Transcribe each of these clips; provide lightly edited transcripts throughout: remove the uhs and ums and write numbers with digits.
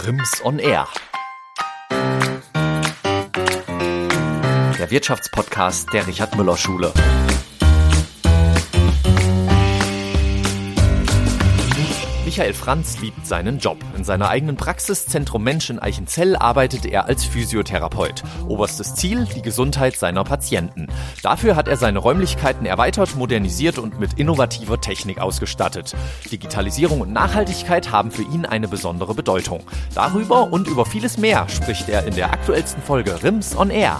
RIMS on Air. Der Wirtschaftspodcast der Richard-Müller-Schule. Michael Franz liebt seinen Job. In seiner eigenen Praxis Zentrum Mensch in Eichenzell arbeitet er als Physiotherapeut. Oberstes Ziel, die Gesundheit seiner Patienten. Dafür hat er seine Räumlichkeiten erweitert, modernisiert und mit innovativer Technik ausgestattet. Digitalisierung und Nachhaltigkeit haben für ihn eine besondere Bedeutung. Darüber und über vieles mehr spricht er in der aktuellsten Folge RIMS on Air.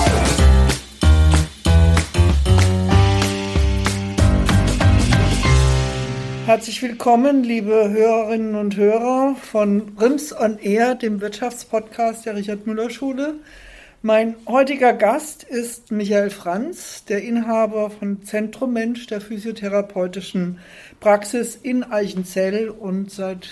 Herzlich willkommen, liebe Hörerinnen und Hörer von RIMS on Air, dem Wirtschaftspodcast der Richard-Müller-Schule. Mein heutiger Gast ist Michael Franz, der Inhaber von Zentrum Mensch, der physiotherapeutischen Praxis in Eichenzell und seit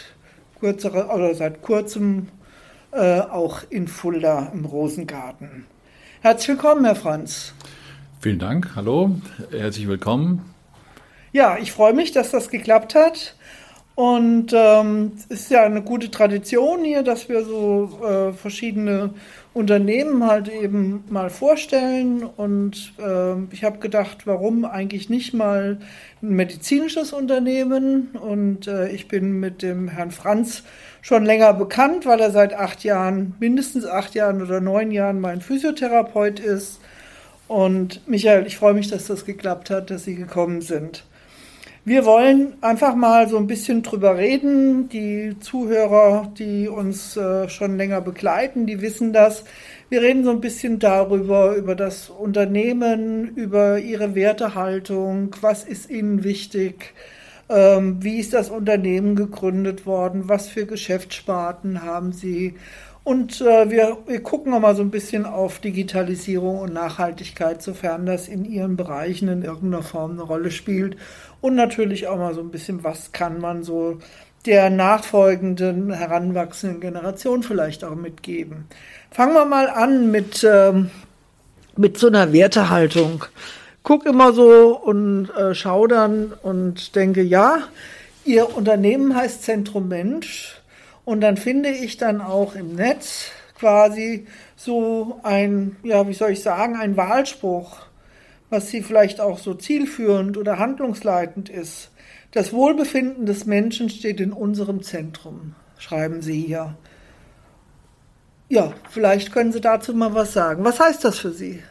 kurzem auch in Fulda im Rosengarten. Herzlich willkommen, Herr Franz. Vielen Dank, hallo, herzlich willkommen. Ja, ich freue mich, dass das geklappt hat und es ist ja eine gute Tradition hier, dass wir so verschiedene Unternehmen halt eben mal vorstellen und ich habe gedacht, warum eigentlich nicht mal ein medizinisches Unternehmen und ich bin mit dem Herrn Franz schon länger bekannt, weil er seit mindestens 8 Jahren oder 9 Jahren mein Physiotherapeut ist und Michael, ich freue mich, dass das geklappt hat, dass Sie gekommen sind. Wir wollen einfach mal so ein bisschen drüber reden. Die Zuhörer, die uns schon länger begleiten, die wissen das. Wir reden so ein bisschen über das Unternehmen, über Ihre Wertehaltung, was ist Ihnen wichtig, wie ist das Unternehmen gegründet worden, was für Geschäftssparten haben Sie. Und wir gucken noch mal so ein bisschen auf Digitalisierung und Nachhaltigkeit, sofern das in Ihren Bereichen in irgendeiner Form eine Rolle spielt. Und natürlich auch mal so ein bisschen, was kann man so der nachfolgenden, heranwachsenden Generation vielleicht auch mitgeben. Fangen wir mal an mit so einer Wertehaltung. Guck immer so und schau dann und denke, ja, Ihr Unternehmen heißt Zentrum Mensch. Und dann finde ich dann auch im Netz quasi so ein Wahlspruch, was Sie vielleicht auch so zielführend oder handlungsleitend ist. Das Wohlbefinden des Menschen steht in unserem Zentrum, schreiben Sie hier. Ja, vielleicht können Sie dazu mal was sagen. Was heißt das für Sie?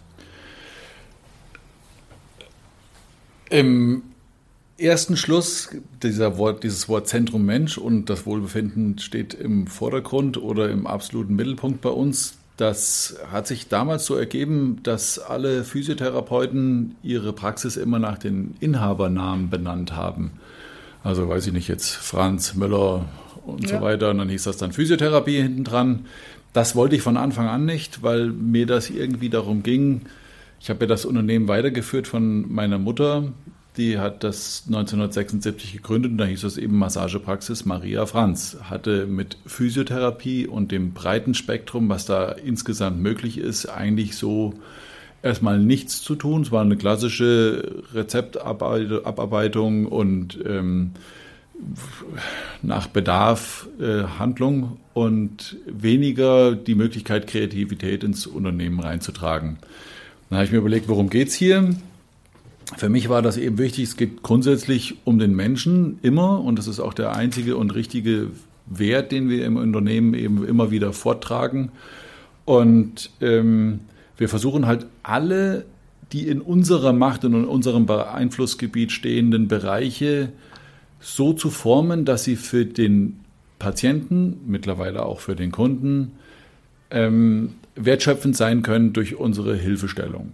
Im ersten Schluss, dieses Wort Zentrum Mensch und das Wohlbefinden steht im Vordergrund oder im absoluten Mittelpunkt bei uns. Das hat sich damals so ergeben, dass alle Physiotherapeuten ihre Praxis immer nach den Inhabernamen benannt haben. Also weiß ich nicht, jetzt Franz, Müller und so weiter. Und dann hieß das dann Physiotherapie hinten dran. Das wollte ich von Anfang an nicht, weil mir das irgendwie darum ging. Ich habe ja das Unternehmen weitergeführt von meiner Mutter. Die hat das 1976 gegründet und da hieß es eben Massagepraxis Maria Franz. Hatte mit Physiotherapie und dem breiten Spektrum, was da insgesamt möglich ist, eigentlich so erstmal nichts zu tun. Es war eine klassische Rezeptabarbeitung und nach Bedarf Handlung und weniger die Möglichkeit, Kreativität ins Unternehmen reinzutragen. Dann habe ich mir überlegt, worum geht's hier? Für mich war das eben wichtig, es geht grundsätzlich um den Menschen immer und das ist auch der einzige und richtige Wert, den wir im Unternehmen eben immer wieder vortragen. Und wir versuchen halt alle, die in unserer Macht und in unserem Einflussgebiet stehenden Bereiche so zu formen, dass sie für den Patienten, mittlerweile auch für den Kunden, wertschöpfend sein können durch unsere Hilfestellung.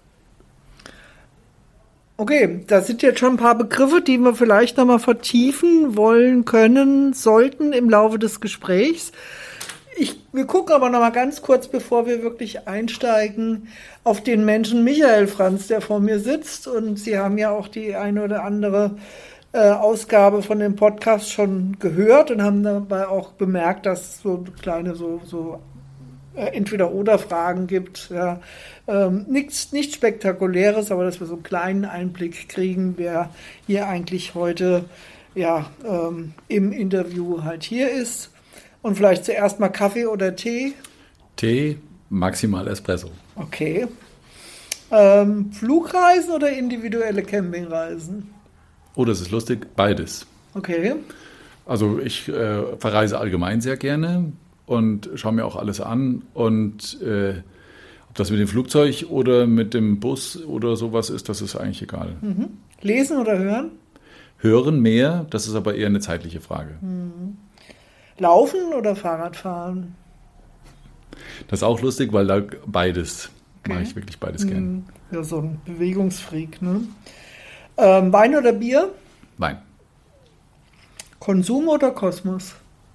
Okay, da sind jetzt schon ein paar Begriffe, die wir vielleicht nochmal vertiefen wollen, können, sollten im Laufe des Gesprächs. Wir gucken aber nochmal ganz kurz, bevor wir wirklich einsteigen, auf den Menschen Michael Franz, der vor mir sitzt. Und Sie haben ja auch die eine oder andere Ausgabe von dem Podcast schon gehört und haben dabei auch bemerkt, dass es so kleine Entweder-oder-Fragen gibt. Ja. Nichts Spektakuläres, aber dass wir so einen kleinen Einblick kriegen, wer hier eigentlich heute im Interview halt hier ist. Und vielleicht zuerst mal Kaffee oder Tee? Tee, maximal Espresso. Okay. Flugreisen oder individuelle Campingreisen? Oh, das ist lustig, beides. Okay. Also ich verreise allgemein sehr gerne und schaue mir auch alles an. Und ob das mit dem Flugzeug oder mit dem Bus oder sowas ist, das ist eigentlich egal. Mhm. Lesen oder hören? Hören mehr, das ist aber eher eine zeitliche Frage. Mhm. Laufen oder Fahrradfahren? Das ist auch lustig, weil da beides, Okay. mache ich wirklich beides gern. Ja, so ein Bewegungsfreak, ne? Wein oder Bier? Wein. Konsum oder Kosmos?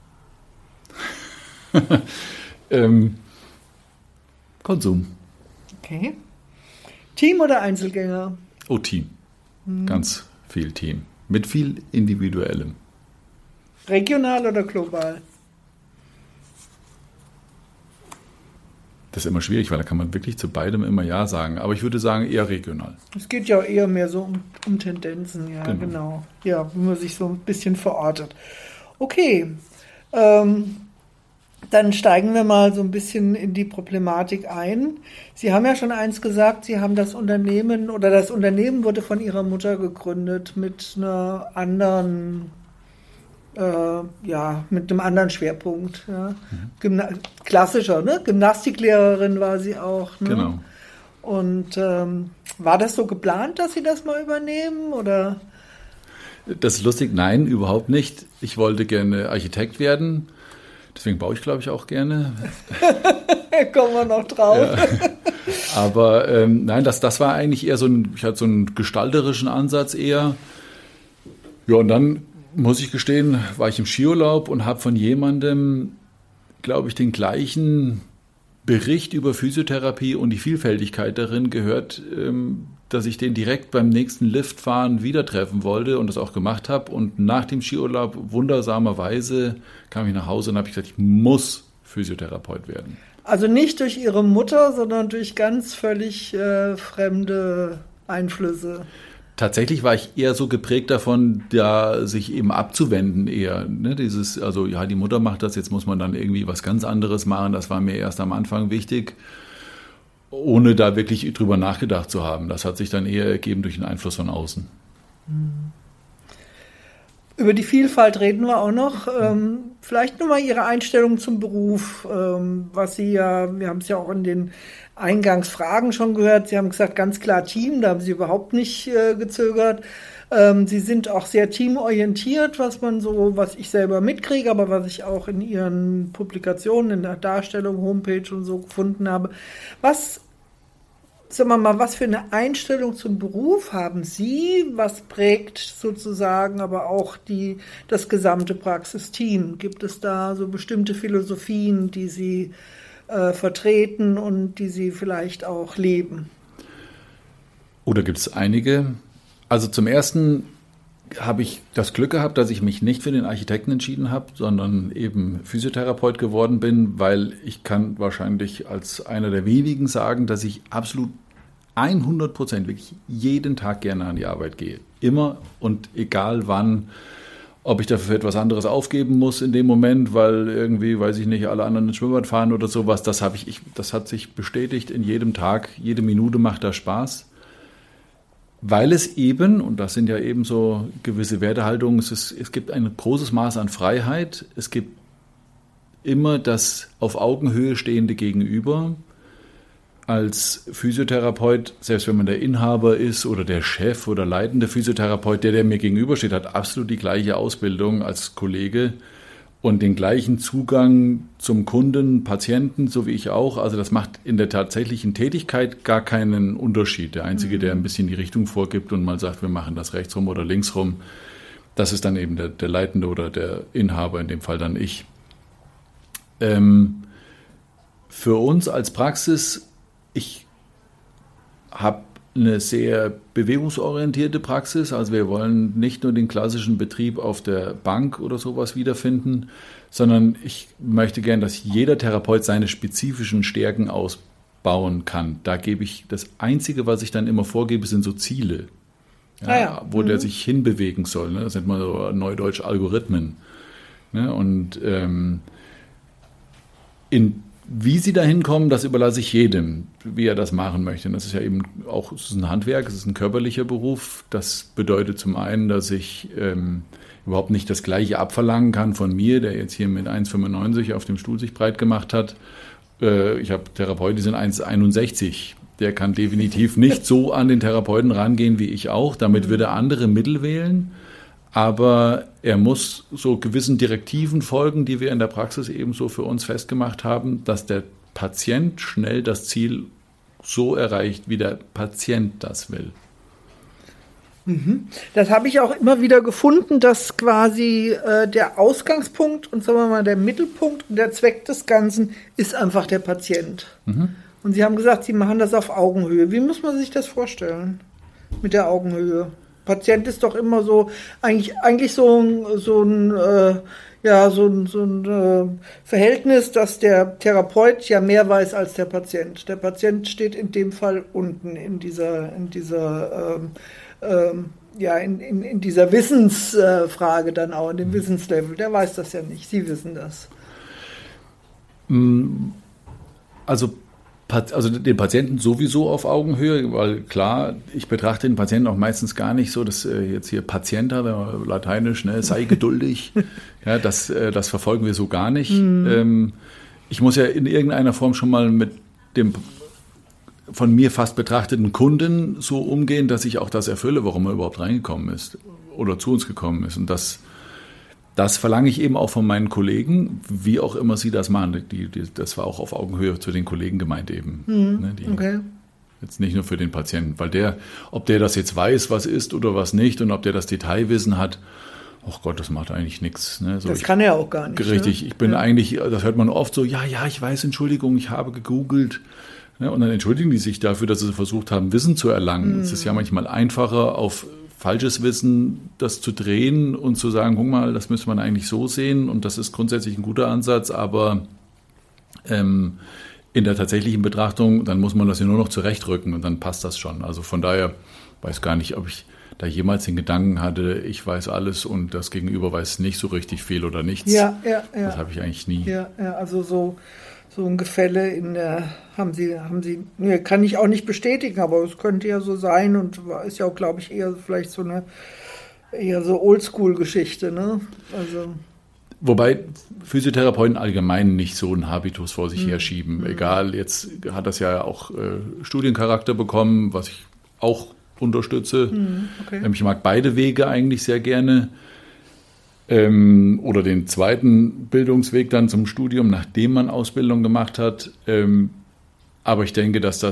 Konsum. Okay. Team oder Einzelgänger? Oh, Team. Ganz viel Team. Mit viel Individuellem. Regional oder global? Das ist immer schwierig, weil da kann man wirklich zu beidem immer Ja sagen. Aber ich würde sagen, eher regional. Es geht ja eher mehr so um Tendenzen, ja, genau. Ja, wenn man sich so ein bisschen verortet. Okay, dann steigen wir mal so ein bisschen in die Problematik ein. Sie haben ja schon eins gesagt, Sie haben das Unternehmen wurde von Ihrer Mutter gegründet mit einer anderen mit einem anderen Schwerpunkt. Ja. Klassischer, ne? Gymnastiklehrerin war sie auch. Ne? Genau. Und war das so geplant, dass Sie das mal übernehmen? Oder? Das ist lustig. Nein, überhaupt nicht. Ich wollte gerne Architekt werden. Deswegen baue ich, glaube ich, auch gerne. Kommen wir noch drauf. Ja. Aber nein, das war eigentlich eher ich hatte so einen gestalterischen Ansatz eher. Ja, und dann muss ich gestehen, war ich im Skiurlaub und habe von jemandem, glaube ich, den gleichen Bericht über Physiotherapie und die Vielfältigkeit darin gehört, dass ich den direkt beim nächsten Liftfahren wieder treffen wollte und das auch gemacht habe. Und nach dem Skiurlaub, wundersamerweise, kam ich nach Hause und habe gesagt, ich muss Physiotherapeut werden. Also nicht durch Ihre Mutter, sondern durch ganz völlig fremde Einflüsse. Tatsächlich war ich eher so geprägt davon, da sich eben abzuwenden eher. Ne? Also ja, die Mutter macht das, jetzt muss man dann irgendwie was ganz anderes machen. Das war mir erst am Anfang wichtig, ohne da wirklich drüber nachgedacht zu haben. Das hat sich dann eher ergeben durch den Einfluss von außen. Über die Vielfalt reden wir auch noch. Vielleicht nochmal Ihre Einstellung zum Beruf, wir haben es ja auch in den Eingangsfragen schon gehört. Sie haben gesagt, ganz klar Team, da haben Sie überhaupt nicht gezögert. Sie sind auch sehr teamorientiert, was ich selber mitkriege, aber was ich auch in Ihren Publikationen, in der Darstellung, Homepage und so gefunden habe. Sagen wir mal, was für eine Einstellung zum Beruf haben Sie? Was prägt sozusagen aber auch das gesamte Praxisteam? Gibt es da so bestimmte Philosophien, die Sie vertreten und die Sie vielleicht auch leben? Oder gibt es einige? Also zum Ersten habe ich das Glück gehabt, dass ich mich nicht für den Architekten entschieden habe, sondern eben Physiotherapeut geworden bin, weil ich kann wahrscheinlich als einer der wenigen sagen, dass ich absolut 100% wirklich jeden Tag gerne an die Arbeit gehe. Immer und egal wann, ob ich dafür etwas anderes aufgeben muss in dem Moment, weil irgendwie, weiß ich nicht, alle anderen ins Schwimmbad fahren oder sowas, das hat sich bestätigt in jedem Tag, jede Minute macht da Spaß. Weil es eben, und das sind ja eben so gewisse Wertehaltungen, es gibt ein großes Maß an Freiheit, es gibt immer das auf Augenhöhe stehende Gegenüber. Als Physiotherapeut, selbst wenn man der Inhaber ist oder der Chef oder leitende Physiotherapeut, der mir gegenübersteht, hat absolut die gleiche Ausbildung als Kollege und den gleichen Zugang zum Kunden, Patienten, so wie ich auch. Also das macht in der tatsächlichen Tätigkeit gar keinen Unterschied. Der Einzige, der ein bisschen die Richtung vorgibt und mal sagt, wir machen das rechtsrum oder linksrum, das ist dann eben der Leitende oder der Inhaber, in dem Fall dann ich. Für uns als Praxis, ich habe eine sehr bewegungsorientierte Praxis. Also wir wollen nicht nur den klassischen Betrieb auf der Bank oder sowas wiederfinden, sondern ich möchte gern, dass jeder Therapeut seine spezifischen Stärken ausbauen kann. Da gebe ich, das Einzige, was ich dann immer vorgebe, sind so Ziele, wo der sich hinbewegen soll. Ne? Das nennt man so neudeutsch Algorithmen. Ne? Und Wie sie dahin kommen, das überlasse ich jedem, wie er das machen möchte. Und das ist ja eben auch, es ist ein Handwerk, es ist ein körperlicher Beruf. Das bedeutet zum einen, dass ich überhaupt nicht das Gleiche abverlangen kann von mir, der jetzt hier mit 1,95 auf dem Stuhl sich breit gemacht hat. Ich habe Therapeuten, die sind 1,61. Der kann definitiv nicht so an den Therapeuten rangehen wie ich auch. Damit würde er andere Mittel wählen. Aber er muss so gewissen Direktiven folgen, die wir in der Praxis eben so für uns festgemacht haben, dass der Patient schnell das Ziel so erreicht, wie der Patient das will. Das habe ich auch immer wieder gefunden, dass quasi der Ausgangspunkt und sagen wir mal der Mittelpunkt und der Zweck des Ganzen ist einfach der Patient. Und Sie haben gesagt, Sie machen das auf Augenhöhe. Wie muss man sich das vorstellen mit der Augenhöhe? Patient ist doch immer so, eigentlich so ein Verhältnis, dass der Therapeut ja mehr weiß als der Patient. Der Patient steht in dem Fall unten in dieser Wissensfrage dann auch, in dem Wissenslevel. Der weiß das ja nicht. Sie wissen das. Also den Patienten sowieso auf Augenhöhe, weil klar, ich betrachte den Patienten auch meistens gar nicht so, dass jetzt hier Patienta, lateinisch, ne, sei geduldig, ja, das verfolgen wir so gar nicht. Ich muss ja in irgendeiner Form schon mal mit dem von mir fast betrachteten Kunden so umgehen, dass ich auch das erfülle, warum er überhaupt reingekommen ist oder zu uns gekommen ist. Und das verlange ich eben auch von meinen Kollegen, wie auch immer sie das machen. Das war auch auf Augenhöhe zu den Kollegen gemeint eben. Okay. Jetzt nicht nur für den Patienten, weil ob der das jetzt weiß, was ist oder was nicht und ob der das Detailwissen hat, ach Gott, das macht eigentlich nichts. Ne? So, das kann er auch gar nicht. Richtig, ne? Ich bin eigentlich, das hört man oft so, ja, ich weiß, Entschuldigung, ich habe gegoogelt. Ne? Und dann entschuldigen die sich dafür, dass sie versucht haben, Wissen zu erlangen. Es ist ja manchmal einfacher, auf falsches Wissen das zu drehen und zu sagen, guck mal, das müsste man eigentlich so sehen und das ist grundsätzlich ein guter Ansatz, aber in der tatsächlichen Betrachtung, dann muss man das ja nur noch zurechtrücken und dann passt das schon. Also von daher weiß gar nicht, ob ich da jemals den Gedanken hatte, ich weiß alles und das Gegenüber weiß nicht so richtig viel oder nichts. Ja. Das habe ich eigentlich nie. Ja, also so ein Gefälle haben Sie, kann ich auch nicht bestätigen, aber es könnte ja so sein und ist ja auch, glaube ich, eher vielleicht so eine Oldschool-Geschichte, ne? Also. Wobei Physiotherapeuten allgemein nicht so einen Habitus vor sich herschieben. Egal, jetzt hat das ja auch Studiencharakter bekommen, was ich auch unterstütze. Okay. Ich mag beide Wege eigentlich sehr gerne. Oder den zweiten Bildungsweg dann zum Studium, nachdem man Ausbildung gemacht hat. Aber ich denke, dass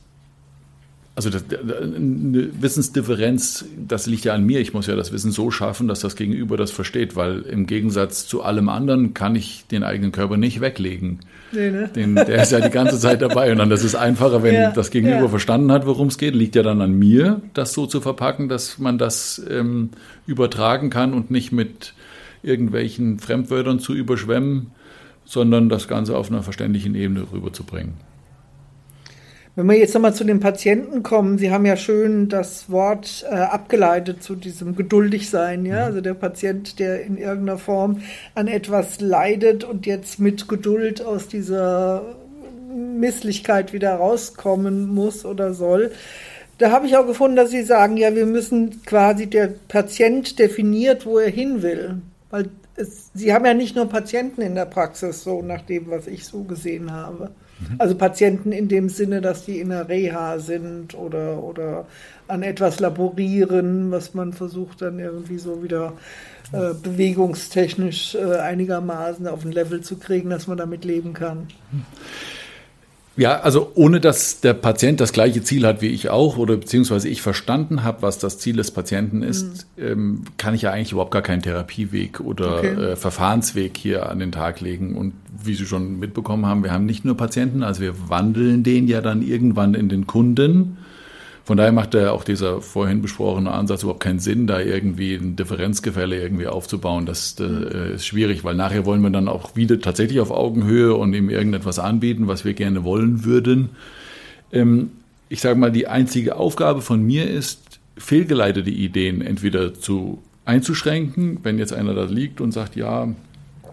eine Wissensdifferenz, das liegt ja an mir. Ich muss ja das Wissen so schaffen, dass das Gegenüber das versteht, weil im Gegensatz zu allem anderen kann ich den eigenen Körper nicht weglegen. Nee, ne? Der ist ja die ganze Zeit dabei und dann das ist einfacher, wenn das Gegenüber verstanden hat, worum es geht. Liegt ja dann an mir, das so zu verpacken, dass man das übertragen kann und nicht mit irgendwelchen Fremdwörtern zu überschwemmen, sondern das Ganze auf einer verständlichen Ebene rüberzubringen. Wenn wir jetzt nochmal zu den Patienten kommen, Sie haben ja schön das Wort abgeleitet zu diesem geduldig sein, ja? Also der Patient, der in irgendeiner Form an etwas leidet und jetzt mit Geduld aus dieser Misslichkeit wieder rauskommen muss oder soll. Da habe ich auch gefunden, dass Sie sagen, ja, wir müssen quasi, der Patient definiert, wo er hin will. Weil Sie haben ja nicht nur Patienten in der Praxis, so nach dem, was ich so gesehen habe. Also Patienten in dem Sinne, dass die in der Reha sind oder an etwas laborieren, was man versucht dann irgendwie so wieder bewegungstechnisch einigermaßen auf ein Level zu kriegen, dass man damit leben kann. Ja, also ohne dass der Patient das gleiche Ziel hat wie ich auch oder beziehungsweise ich verstanden habe, was das Ziel des Patienten ist, kann ich ja eigentlich überhaupt gar keinen Therapieweg oder Verfahrensweg hier an den Tag legen. Und wie Sie schon mitbekommen haben, wir haben nicht nur Patienten, also wir wandeln den ja dann irgendwann in den Kunden. Von daher macht auch dieser vorhin besprochene Ansatz überhaupt keinen Sinn, da irgendwie ein Differenzgefälle irgendwie aufzubauen. Das ist schwierig, weil nachher wollen wir dann auch wieder tatsächlich auf Augenhöhe und ihm irgendetwas anbieten, was wir gerne wollen würden. Ich sage mal, die einzige Aufgabe von mir ist, fehlgeleitete Ideen entweder einzuschränken, wenn jetzt einer da liegt und sagt, ja,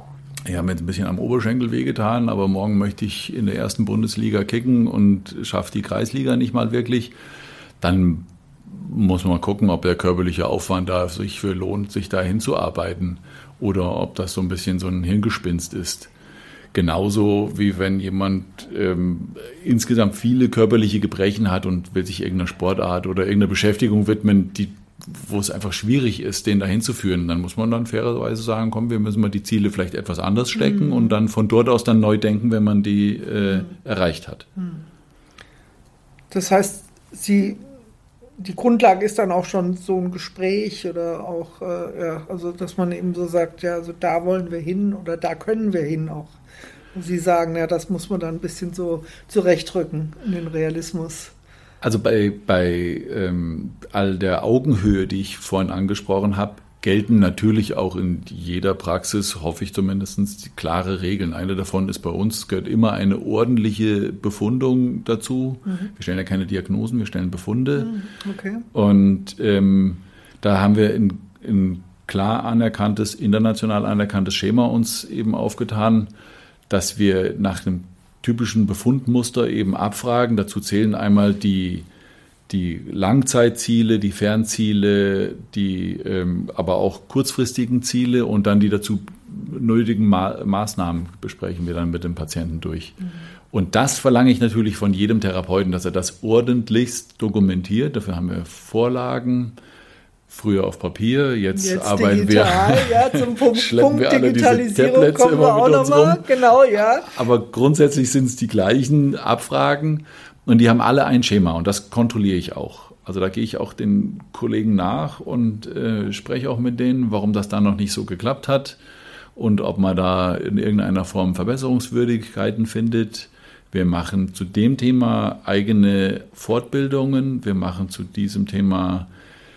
ich habe mir jetzt ein bisschen am Oberschenkel wehgetan, aber morgen möchte ich in der ersten Bundesliga kicken und schaffe die Kreisliga nicht mal wirklich, dann muss man mal gucken, ob der körperliche Aufwand da sich für lohnt, sich da hinzuarbeiten oder ob das so ein bisschen so ein Hirngespinst ist. Genauso wie wenn jemand insgesamt viele körperliche Gebrechen hat und will sich irgendeiner Sportart oder irgendeiner Beschäftigung widmen, wo es einfach schwierig ist, den dahin zu führen. Dann muss man dann fairerweise sagen, komm, wir müssen mal die Ziele vielleicht etwas anders stecken und dann von dort aus dann neu denken, wenn man die erreicht hat. Das heißt, die Grundlage ist dann auch schon so ein Gespräch oder auch, also dass man eben so sagt, ja, also da wollen wir hin oder da können wir hin auch. Und Sie sagen, ja, das muss man dann ein bisschen so zurechtrücken in den Realismus. Also bei all der Augenhöhe, die ich vorhin angesprochen habe, gelten natürlich auch in jeder Praxis, hoffe ich zumindest, die klare Regeln. Eine davon ist bei uns, gehört immer eine ordentliche Befundung dazu. Wir stellen ja keine Diagnosen, wir stellen Befunde. Okay. Und da haben wir ein klar anerkanntes, international anerkanntes Schema uns eben aufgetan, dass wir nach einem typischen Befundmuster eben abfragen. Dazu zählen einmal die Langzeitziele, die Fernziele, aber auch kurzfristigen Ziele und dann die dazu nötigen Maßnahmen besprechen wir dann mit dem Patienten durch. Und das verlange ich natürlich von jedem Therapeuten, dass er das ordentlichst dokumentiert. Dafür haben wir Vorlagen. Früher auf Papier, jetzt arbeiten digital, wir, ja, zum Punkt schleppen wir alle diese Digitalisierung Tablets kommen wir immer auch mit uns nochmal. rum. Genau, ja. Aber grundsätzlich sind es die gleichen Abfragen und die haben alle ein Schema und das kontrolliere ich auch. Also da gehe ich auch den Kollegen nach und spreche auch mit denen, warum das da noch nicht so geklappt hat und ob man da in irgendeiner Form Verbesserungswürdigkeiten findet. Wir machen zu dem Thema eigene Fortbildungen, wir machen zu diesem Thema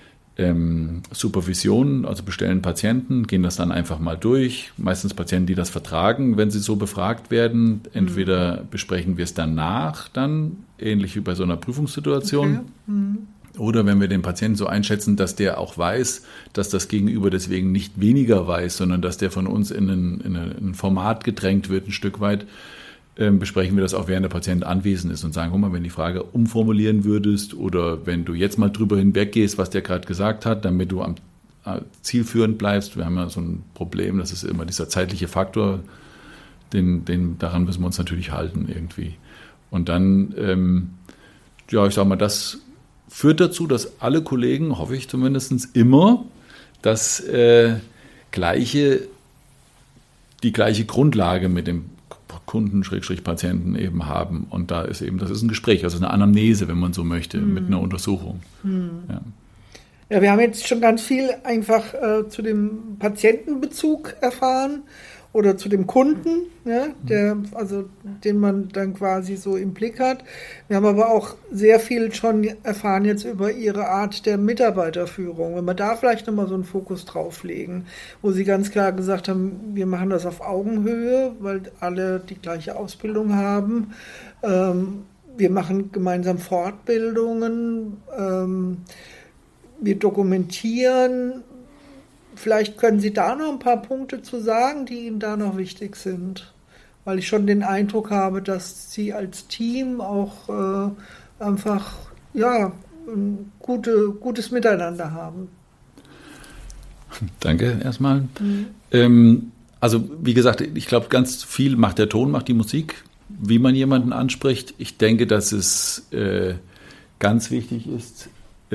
Supervision, also bestellen Patienten, gehen das dann einfach mal durch. Meistens Patienten, die das vertragen, wenn sie so befragt werden. Entweder besprechen wir es danach dann, ähnlich wie bei so einer Prüfungssituation. Okay. Oder wenn wir den Patienten so einschätzen, dass der auch weiß, dass das Gegenüber deswegen nicht weniger weiß, sondern dass der von uns in ein Format gedrängt wird, ein Stück weit, besprechen wir das auch, während der Patient anwesend ist und sagen, guck mal, wenn du die Frage umformulieren würdest oder wenn du jetzt mal drüber hinweggehst, was der gerade gesagt hat, damit du am zielführend bleibst. Wir haben ja so ein Problem, das ist immer dieser zeitliche Faktor, daran müssen wir uns natürlich halten irgendwie. Und dann, ich sag mal, das führt dazu, dass alle Kollegen, hoffe ich zumindest, immer die gleiche Grundlage mit dem Kunden/Patienten eben haben. Und das ist ein Gespräch, also eine Anamnese, wenn man so möchte, mit einer Untersuchung. Ja, wir haben jetzt schon ganz viel einfach zu dem Patientenbezug erfahren oder zu dem Kunden, ja, den man dann quasi so im Blick hat. Wir haben aber auch sehr viel schon erfahren jetzt über Ihre Art der Mitarbeiterführung. Wenn wir da vielleicht nochmal so einen Fokus drauf legen, wo Sie ganz klar gesagt haben, wir machen das auf Augenhöhe, weil alle die gleiche Ausbildung haben. Wir machen gemeinsam Fortbildungen. Wir dokumentieren. Vielleicht können Sie da noch ein paar Punkte zu sagen, die Ihnen da noch wichtig sind. Weil ich schon den Eindruck habe, dass Sie als Team auch einfach ein gutes Miteinander haben. Danke erstmal. Also wie gesagt, ich glaube, ganz viel macht der Ton, macht die Musik, wie man jemanden anspricht. Ich denke, dass es ganz wichtig ist,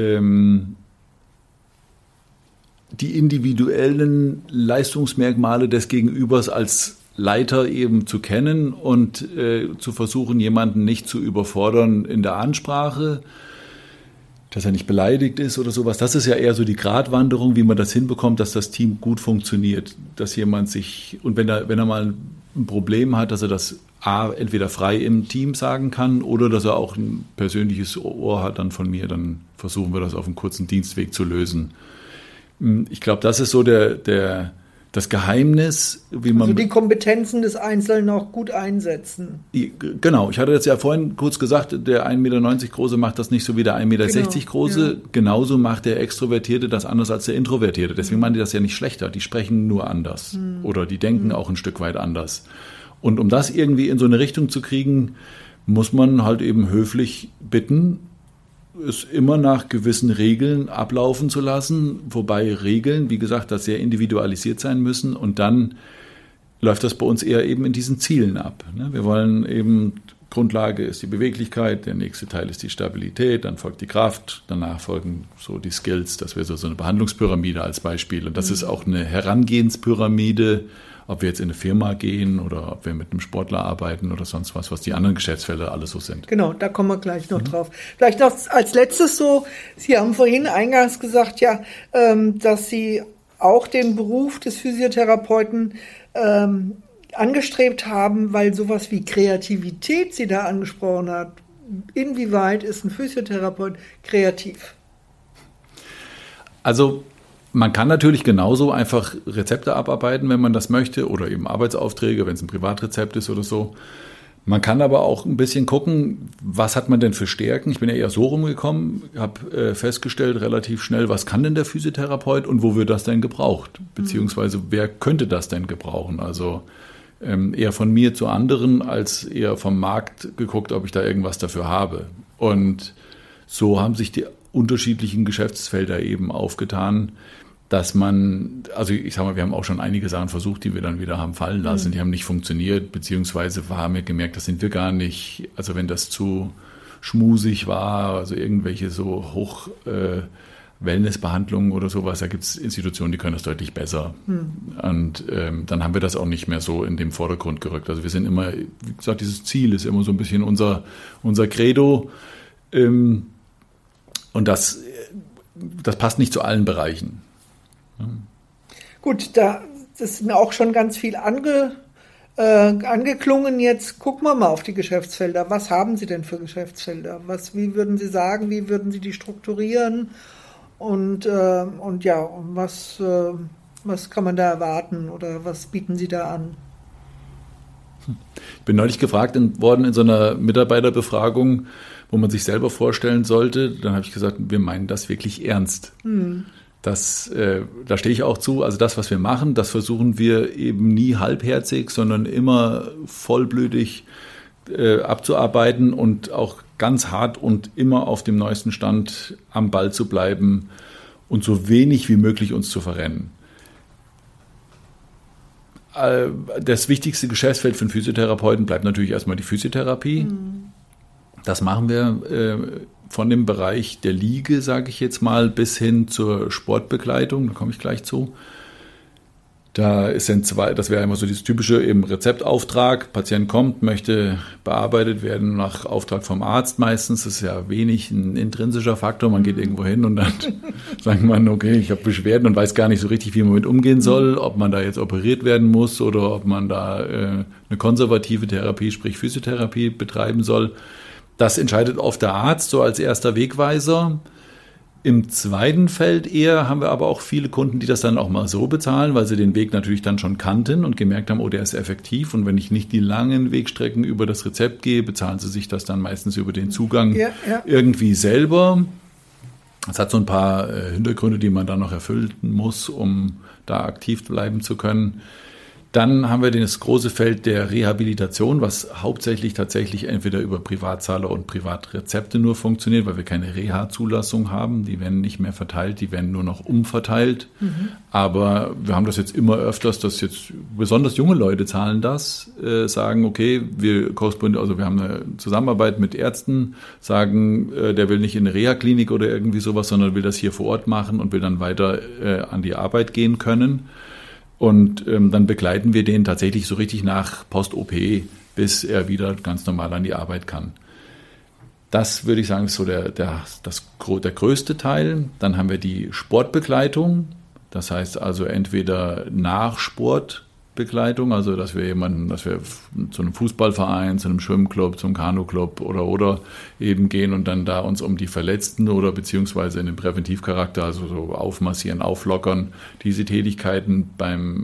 die individuellen Leistungsmerkmale des Gegenübers als Leiter eben zu kennen und zu versuchen, jemanden nicht zu überfordern in der Ansprache, dass er nicht beleidigt ist oder sowas. Das ist ja eher so die Gratwanderung, wie man das hinbekommt, dass das Team gut funktioniert. Dass jemand und wenn er mal ein Problem hat, dass er das entweder frei im Team sagen kann oder dass er auch ein persönliches Ohr hat dann von mir, dann versuchen wir das auf einem kurzen Dienstweg zu lösen. Ich glaube, das ist so der das Geheimnis, wie man... Also die Kompetenzen des Einzelnen auch gut einsetzen. Genau, ich hatte das ja vorhin kurz gesagt, der 1,90 Meter große macht das nicht so wie der 1,60 Meter große. Ja. Genauso macht der Extrovertierte das anders als der Introvertierte. Deswegen meinen die das ja nicht schlechter. Die sprechen nur anders oder die denken auch ein Stück weit anders. Und um das irgendwie in so eine Richtung zu kriegen, muss man halt eben höflich bitten, es immer nach gewissen Regeln ablaufen zu lassen, wobei Regeln, wie gesagt, das sehr individualisiert sein müssen und dann läuft das bei uns eher eben in diesen Zielen ab. Wir wollen eben, Grundlage ist die Beweglichkeit, der nächste Teil ist die Stabilität, dann folgt die Kraft, danach folgen so die Skills, das wäre so eine Behandlungspyramide als Beispiel und das ist auch eine Herangehenspyramide, ob wir jetzt in eine Firma gehen oder ob wir mit einem Sportler arbeiten oder sonst was die anderen Geschäftsfelder alles so sind. Genau, da kommen wir gleich noch drauf. Vielleicht noch als letztes so, Sie haben vorhin eingangs gesagt, ja, dass Sie auch den Beruf des Physiotherapeuten angestrebt haben, weil sowas wie Kreativität Sie da angesprochen hat. Inwieweit ist ein Physiotherapeut kreativ? Also man kann natürlich genauso einfach Rezepte abarbeiten, wenn man das möchte, oder eben Arbeitsaufträge, wenn es ein Privatrezept ist oder so. Man kann aber auch ein bisschen gucken, was hat man denn für Stärken? Ich bin ja eher so rumgekommen, habe festgestellt relativ schnell, was kann denn der Physiotherapeut und wo wird das denn gebraucht? Beziehungsweise wer könnte das denn gebrauchen? Also eher von mir zu anderen, als eher vom Markt geguckt, ob ich da irgendwas dafür habe. Und so haben sich die unterschiedlichen Geschäftsfelder eben aufgetan, dass man, also ich sag mal, wir haben auch schon einige Sachen versucht, die wir dann wieder haben fallen lassen. Die haben nicht funktioniert, beziehungsweise haben wir gemerkt, das sind wir gar nicht. Also wenn das zu schmusig war, also irgendwelche so Wellnessbehandlungen oder sowas, da gibt es Institutionen, die können das deutlich besser. Und dann haben wir das auch nicht mehr so in den Vordergrund gerückt. Also wir sind immer, wie gesagt, dieses Ziel ist immer so ein bisschen unser Credo. Und das passt nicht zu allen Bereichen. Gut, das ist mir auch schon ganz viel angeklungen. Jetzt gucken wir mal auf die Geschäftsfelder. Was haben Sie denn für Geschäftsfelder? Wie würden Sie sagen, wie würden Sie die strukturieren? Und was kann man da erwarten oder was bieten Sie da an? Ich bin neulich gefragt worden in so einer Mitarbeiterbefragung, wo man sich selber vorstellen sollte. Dann habe ich gesagt, wir meinen das wirklich ernst. Da stehe ich auch zu. Also das, was wir machen, das versuchen wir eben nie halbherzig, sondern immer vollblütig abzuarbeiten und auch ganz hart und immer auf dem neuesten Stand am Ball zu bleiben und so wenig wie möglich uns zu verrennen. Das wichtigste Geschäftsfeld für einen Physiotherapeuten bleibt natürlich erstmal die Physiotherapie. Das machen wir von dem Bereich der Liege, sage ich jetzt mal, bis hin zur Sportbegleitung. Da komme ich gleich zu. Da ist dann das wäre immer so dieses typische eben Rezeptauftrag. Patient kommt, möchte bearbeitet werden nach Auftrag vom Arzt meistens. Das ist ja wenig ein intrinsischer Faktor. Man geht irgendwo hin und dann sagt man, okay, ich habe Beschwerden und weiß gar nicht so richtig, wie man mit umgehen soll, ob man da jetzt operiert werden muss oder ob man da eine konservative Therapie, sprich Physiotherapie betreiben soll. Das entscheidet oft der Arzt so als erster Wegweiser. Im zweiten Feld eher haben wir aber auch viele Kunden, die das dann auch mal so bezahlen, weil sie den Weg natürlich dann schon kannten und gemerkt haben, oh, der ist effektiv. Und wenn ich nicht die langen Wegstrecken über das Rezept gehe, bezahlen sie sich das dann meistens über den Zugang irgendwie selber. Das hat so ein paar Hintergründe, die man dann noch erfüllen muss, um da aktiv bleiben zu können. Dann haben wir das große Feld der Rehabilitation, was hauptsächlich tatsächlich entweder über Privatzahler und Privatrezepte nur funktioniert, weil wir keine Reha-Zulassung haben. Die werden nicht mehr verteilt, die werden nur noch umverteilt. Aber wir haben das jetzt immer öfters, dass jetzt besonders junge Leute zahlen das, sagen, okay, wir haben eine Zusammenarbeit mit Ärzten, sagen, der will nicht in eine Reha-Klinik oder irgendwie sowas, sondern will das hier vor Ort machen und will dann weiter an die Arbeit gehen können. Und dann begleiten wir den tatsächlich so richtig nach Post-OP, bis er wieder ganz normal an die Arbeit kann. Das würde ich sagen, ist so der größte Teil. Dann haben wir die Sportbegleitung. Das heißt also entweder nach Sportbegleitung, also dass wir zu einem Fußballverein, zu einem Schwimmclub, zum Kanuclub oder eben gehen und dann da uns um die Verletzten oder beziehungsweise in dem Präventivcharakter, also so aufmassieren, auflockern, diese Tätigkeiten beim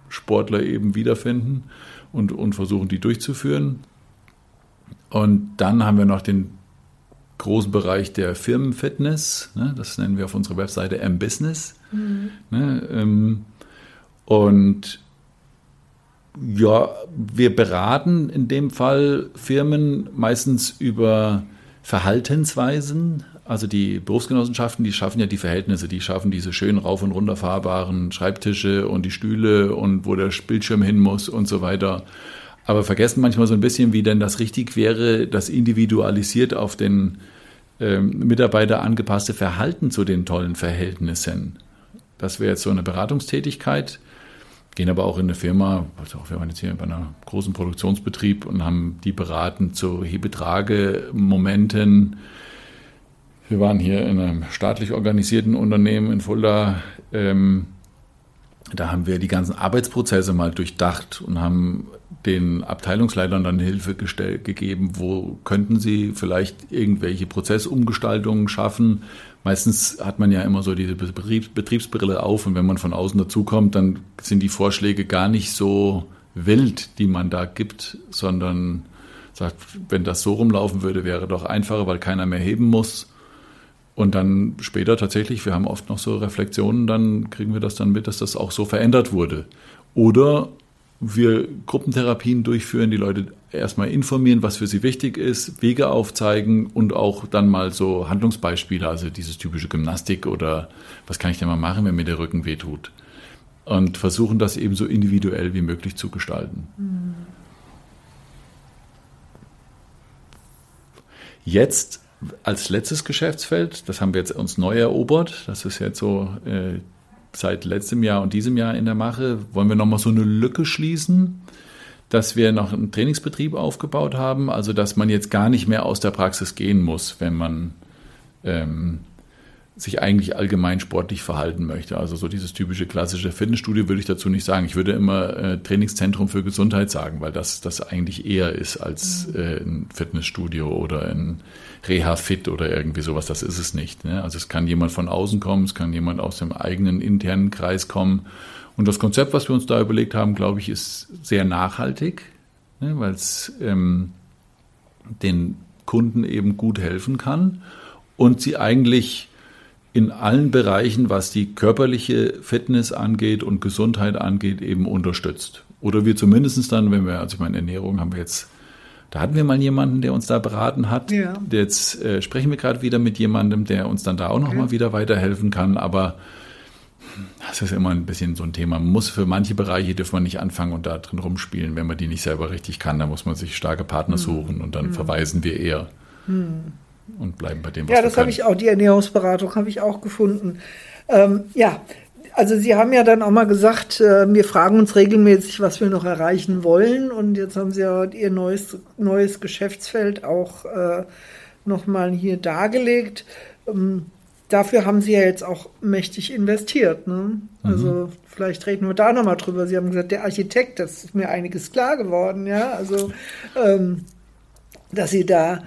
Sportler eben wiederfinden und versuchen, die durchzuführen. Und dann haben wir noch den großen Bereich der Firmenfitness, ne? Das nennen wir auf unserer Webseite M-Business. Ne? Und ja, wir beraten in dem Fall Firmen meistens über Verhaltensweisen. Also die Berufsgenossenschaften, die schaffen ja die Verhältnisse, die schaffen diese schön rauf- und runterfahrbaren Schreibtische und die Stühle und wo der Bildschirm hin muss und so weiter. Aber vergessen manchmal so ein bisschen, wie denn das richtig wäre, das individualisiert auf den Mitarbeiter angepasste Verhalten zu den tollen Verhältnissen. Das wäre jetzt so eine Beratungstätigkeit. Gehen aber auch in eine Firma, also wir waren jetzt hier bei einem großen Produktionsbetrieb und haben die beraten zu Hebetragemomenten. Wir waren hier in einem staatlich organisierten Unternehmen in Fulda. Da haben wir die ganzen Arbeitsprozesse mal durchdacht und haben den Abteilungsleitern dann Hilfe gegeben, wo könnten sie vielleicht irgendwelche Prozessumgestaltungen schaffen. Meistens hat man ja immer so diese Betriebsbrille auf und wenn man von außen dazukommt, dann sind die Vorschläge gar nicht so wild, die man da gibt, sondern sagt, wenn das so rumlaufen würde, wäre doch einfacher, weil keiner mehr heben muss. Und dann später tatsächlich, wir haben oft noch so Reflexionen, dann kriegen wir das dann mit, dass das auch so verändert wurde. Oder wir Gruppentherapien durchführen, die Leute erstmal informieren, was für sie wichtig ist, Wege aufzeigen und auch dann mal so Handlungsbeispiele, also dieses typische Gymnastik oder was kann ich denn mal machen, wenn mir der Rücken wehtut. Und versuchen das eben so individuell wie möglich zu gestalten. Jetzt als letztes Geschäftsfeld, das haben wir jetzt uns neu erobert, das ist jetzt so seit letztem Jahr und diesem Jahr in der Mache, wollen wir nochmal so eine Lücke schließen, dass wir noch einen Trainingsbetrieb aufgebaut haben, also dass man jetzt gar nicht mehr aus der Praxis gehen muss, wenn man sich eigentlich allgemein sportlich verhalten möchte. Also so dieses typische klassische Fitnessstudio würde ich dazu nicht sagen. Ich würde immer Trainingszentrum für Gesundheit sagen, weil das eigentlich eher ist als ein Fitnessstudio oder ein Reha-Fit oder irgendwie sowas. Das ist es nicht. Ne? Also es kann jemand von außen kommen, es kann jemand aus dem eigenen internen Kreis kommen. Und das Konzept, was wir uns da überlegt haben, glaube ich, ist sehr nachhaltig, ne? Weil es den Kunden eben gut helfen kann und sie eigentlich in allen Bereichen, was die körperliche Fitness angeht und Gesundheit angeht, eben unterstützt. Oder wir zumindest dann, wenn wir, also ich meine, Ernährung haben wir jetzt, da hatten wir mal jemanden, der uns da beraten hat. Ja. Jetzt sprechen wir gerade wieder mit jemandem, der uns dann da auch nochmal wieder weiterhelfen kann. Aber das ist immer ein bisschen so ein Thema. Man muss für manche Bereiche, darf man nicht anfangen und da drin rumspielen, wenn man die nicht selber richtig kann. Da muss man sich starke Partner suchen und dann verweisen wir eher. Und bleiben bei dem, was wir können. Ja, das habe ich auch, die Ernährungsberatung habe ich auch gefunden. Also Sie haben ja dann auch mal gesagt, wir fragen uns regelmäßig, was wir noch erreichen wollen. Und jetzt haben Sie ja Ihr neues Geschäftsfeld auch nochmal hier dargelegt. Dafür haben Sie ja jetzt auch mächtig investiert. Ne? Also vielleicht reden wir da nochmal drüber. Sie haben gesagt, der Architekt, das ist mir einiges klar geworden. Ja, also dass Sie da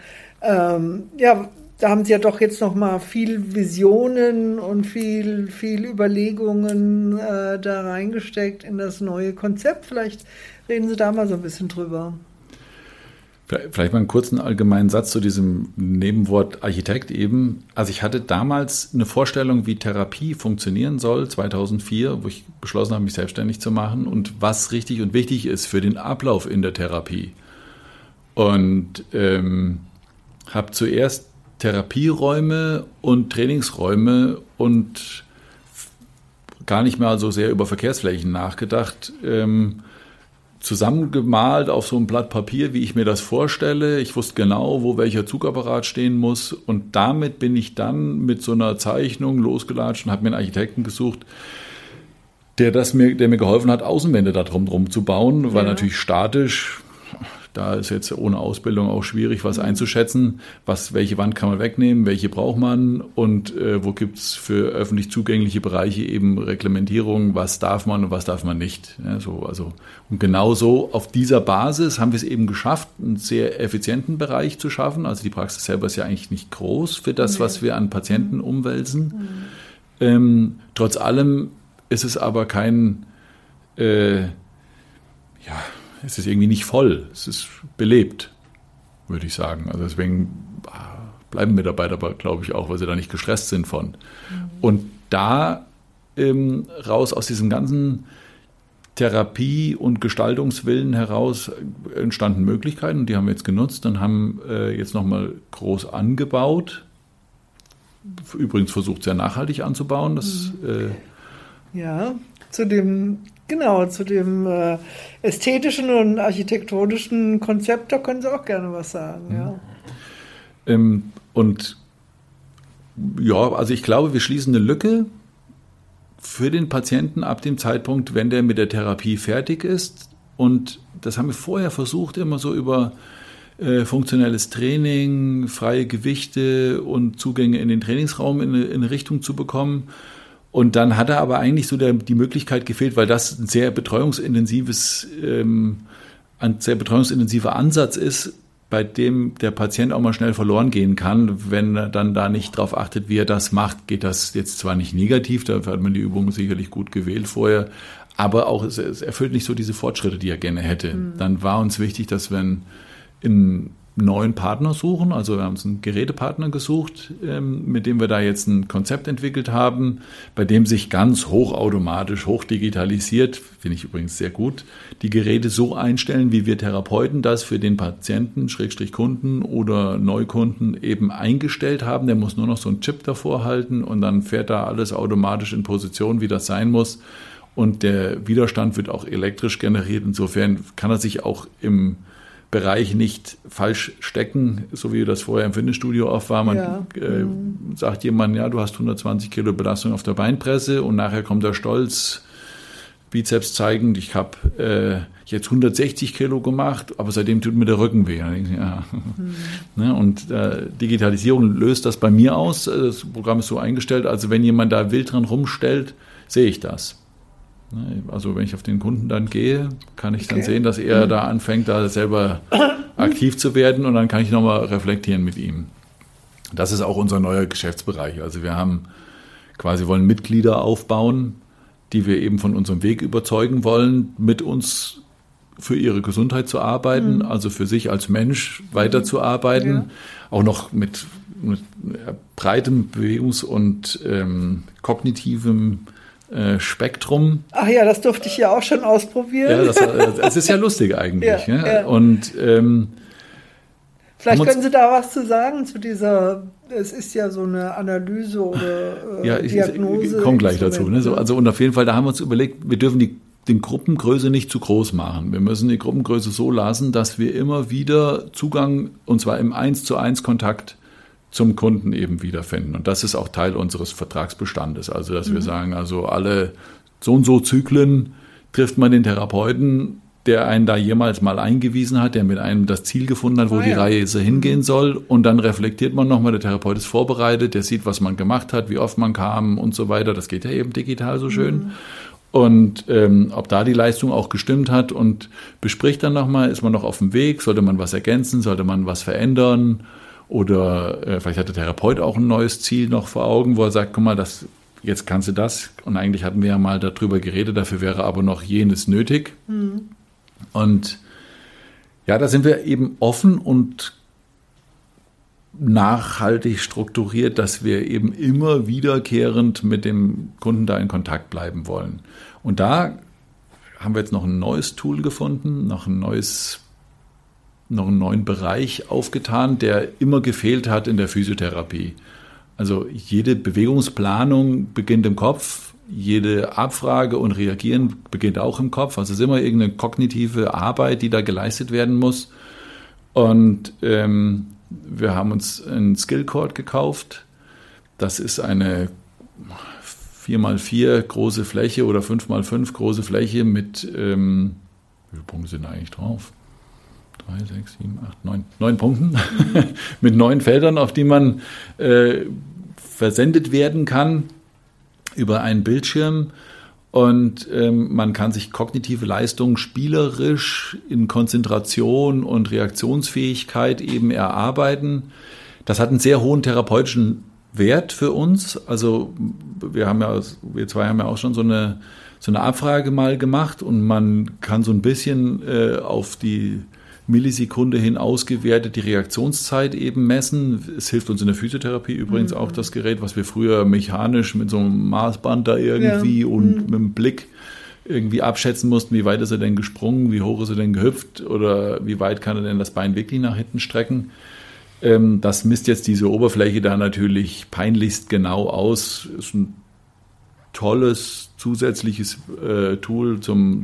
da haben Sie ja doch jetzt noch mal viel Visionen und viel Überlegungen da reingesteckt in das neue Konzept. Vielleicht reden Sie da mal so ein bisschen drüber. Vielleicht mal einen kurzen allgemeinen Satz zu diesem Nebenwort Architekt eben. Also ich hatte damals eine Vorstellung, wie Therapie funktionieren soll, 2004, wo ich beschlossen habe, mich selbstständig zu machen und was richtig und wichtig ist für den Ablauf in der Therapie. Und habe zuerst Therapieräume und Trainingsräume und gar nicht mehr so sehr über Verkehrsflächen nachgedacht, zusammengemalt auf so einem Blatt Papier, wie ich mir das vorstelle. Ich wusste genau, wo welcher Zugapparat stehen muss und damit bin ich dann mit so einer Zeichnung losgelatscht und habe mir einen Architekten gesucht, der mir geholfen hat, Außenwände da drum zu bauen, weil natürlich statisch. Da ist jetzt ohne Ausbildung auch schwierig, was einzuschätzen. Welche Wand kann man wegnehmen, welche braucht man und wo gibt es für öffentlich zugängliche Bereiche eben Reglementierung, was darf man und was darf man nicht. Ja, und genau so auf dieser Basis haben wir es eben geschafft, einen sehr effizienten Bereich zu schaffen. Also die Praxis selber ist ja eigentlich nicht groß für das, was wir an Patienten umwälzen. Trotz allem ist es aber kein es ist irgendwie nicht voll, es ist belebt, würde ich sagen. Also deswegen bleiben Mitarbeiter aber, glaube ich, auch, weil sie da nicht gestresst sind von. Und da raus aus diesem ganzen Therapie- und Gestaltungswillen heraus entstanden Möglichkeiten und die haben wir jetzt genutzt und haben jetzt nochmal groß angebaut. Übrigens versucht, sehr nachhaltig anzubauen. Das, zu dem ästhetischen und architektonischen Konzept, da können Sie auch gerne was sagen. Ja. Also ich glaube, wir schließen eine Lücke für den Patienten ab dem Zeitpunkt, wenn der mit der Therapie fertig ist. Und das haben wir vorher versucht, immer so über funktionelles Training, freie Gewichte und Zugänge in den Trainingsraum in eine Richtung zu bekommen. Und dann hat er aber eigentlich so die Möglichkeit gefehlt, weil das ein sehr betreuungsintensiver Ansatz ist, bei dem der Patient auch mal schnell verloren gehen kann, wenn er dann da nicht drauf achtet, wie er das macht. Geht das jetzt zwar nicht negativ, dafür hat man die Übung sicherlich gut gewählt vorher, aber auch es erfüllt nicht so diese Fortschritte, die er gerne hätte. Dann war uns wichtig, dass wir einen neuen Partner suchen. Also wir haben uns einen Gerätepartner gesucht, mit dem wir da jetzt ein Konzept entwickelt haben, bei dem sich ganz hochautomatisch, hochdigitalisiert, finde ich übrigens sehr gut, die Geräte so einstellen, wie wir Therapeuten das für den Patienten, Kunden oder Neukunden eben eingestellt haben. Der muss nur noch so einen Chip davor halten und dann fährt da alles automatisch in Position, wie das sein muss. Und der Widerstand wird auch elektrisch generiert. Insofern kann er sich auch im Bereich nicht falsch stecken, so wie das vorher im Fitnessstudio oft war. Man sagt jemand, ja, du hast 120 Kilo Belastung auf der Beinpresse und nachher kommt der Stolz, Bizeps zeigend, ich habe jetzt 160 Kilo gemacht, aber seitdem tut mir der Rücken weh. Dann denke ich, Ne, und Digitalisierung löst das bei mir aus. Das Programm ist so eingestellt, also wenn jemand da wild dran rumstellt, sehe ich das. Also wenn ich auf den Kunden dann gehe, kann ich dann sehen, dass er da anfängt, da selber aktiv zu werden und dann kann ich nochmal reflektieren mit ihm. Das ist auch unser neuer Geschäftsbereich. Also wir wollen Mitglieder aufbauen, die wir eben von unserem Weg überzeugen wollen, mit uns für ihre Gesundheit zu arbeiten, also für sich als Mensch weiterzuarbeiten, auch noch mit breitem Bewegungs- und kognitivem Spektrum. Ach ja, das durfte ich ja auch schon ausprobieren. Ja, es ist ja lustig eigentlich. Ja. Und vielleicht können Sie da was zu sagen zu dieser, es ist ja so eine Analyse oder Diagnose. Ich komme gleich dazu. Ne? Also und auf jeden Fall, da haben wir uns überlegt, wir dürfen die Gruppengröße nicht zu groß machen. Wir müssen die Gruppengröße so lassen, dass wir immer wieder Zugang, und zwar im 1:1 Kontakt zum Kunden eben wiederfinden. Und das ist auch Teil unseres Vertragsbestandes. Also, dass wir sagen, also alle so und so Zyklen trifft man den Therapeuten, der einen da jemals mal eingewiesen hat, der mit einem das Ziel gefunden hat, wo die Reise hingehen soll. Und dann reflektiert man nochmal, der Therapeut ist vorbereitet, der sieht, was man gemacht hat, wie oft man kam und so weiter. Das geht ja eben digital so schön. Und ob da die Leistung auch gestimmt hat und bespricht dann nochmal, ist man noch auf dem Weg, sollte man was ergänzen, sollte man was verändern oder vielleicht hat der Therapeut auch ein neues Ziel noch vor Augen, wo er sagt, guck mal, jetzt kannst du das und eigentlich hatten wir ja mal darüber geredet, dafür wäre aber noch jenes nötig. Und ja, da sind wir eben offen und nachhaltig strukturiert, dass wir eben immer wiederkehrend mit dem Kunden da in Kontakt bleiben wollen. Und da haben wir jetzt noch ein neues Tool gefunden, noch einen neuen Bereich aufgetan, der immer gefehlt hat in der Physiotherapie. Also jede Bewegungsplanung beginnt im Kopf, jede Abfrage und Reagieren beginnt auch im Kopf. Also es ist immer irgendeine kognitive Arbeit, die da geleistet werden muss. Und wir haben uns ein Skillcord gekauft. Das ist eine 4x4 große Fläche oder 5x5 große Fläche mit, wie viele Punkte sind eigentlich drauf? 3, 6, 7, 8, 9 Punkten. Mit 9 Feldern, auf die man versendet werden kann über einen Bildschirm. Und man kann sich kognitive Leistungen spielerisch in Konzentration und Reaktionsfähigkeit eben erarbeiten. Das hat einen sehr hohen therapeutischen Wert für uns. Also wir zwei haben ja auch schon so so eine Abfrage mal gemacht und man kann so ein bisschen auf die Millisekunde hin ausgewertet die Reaktionszeit eben messen. Es hilft uns in der Physiotherapie übrigens auch das Gerät, was wir früher mechanisch mit so einem Maßband da irgendwie und mit dem Blick irgendwie abschätzen mussten, wie weit ist er denn gesprungen, wie hoch ist er denn gehüpft oder wie weit kann er denn das Bein wirklich nach hinten strecken. Das misst jetzt diese Oberfläche da natürlich peinlichst genau aus. Ist ein tolles zusätzliches Tool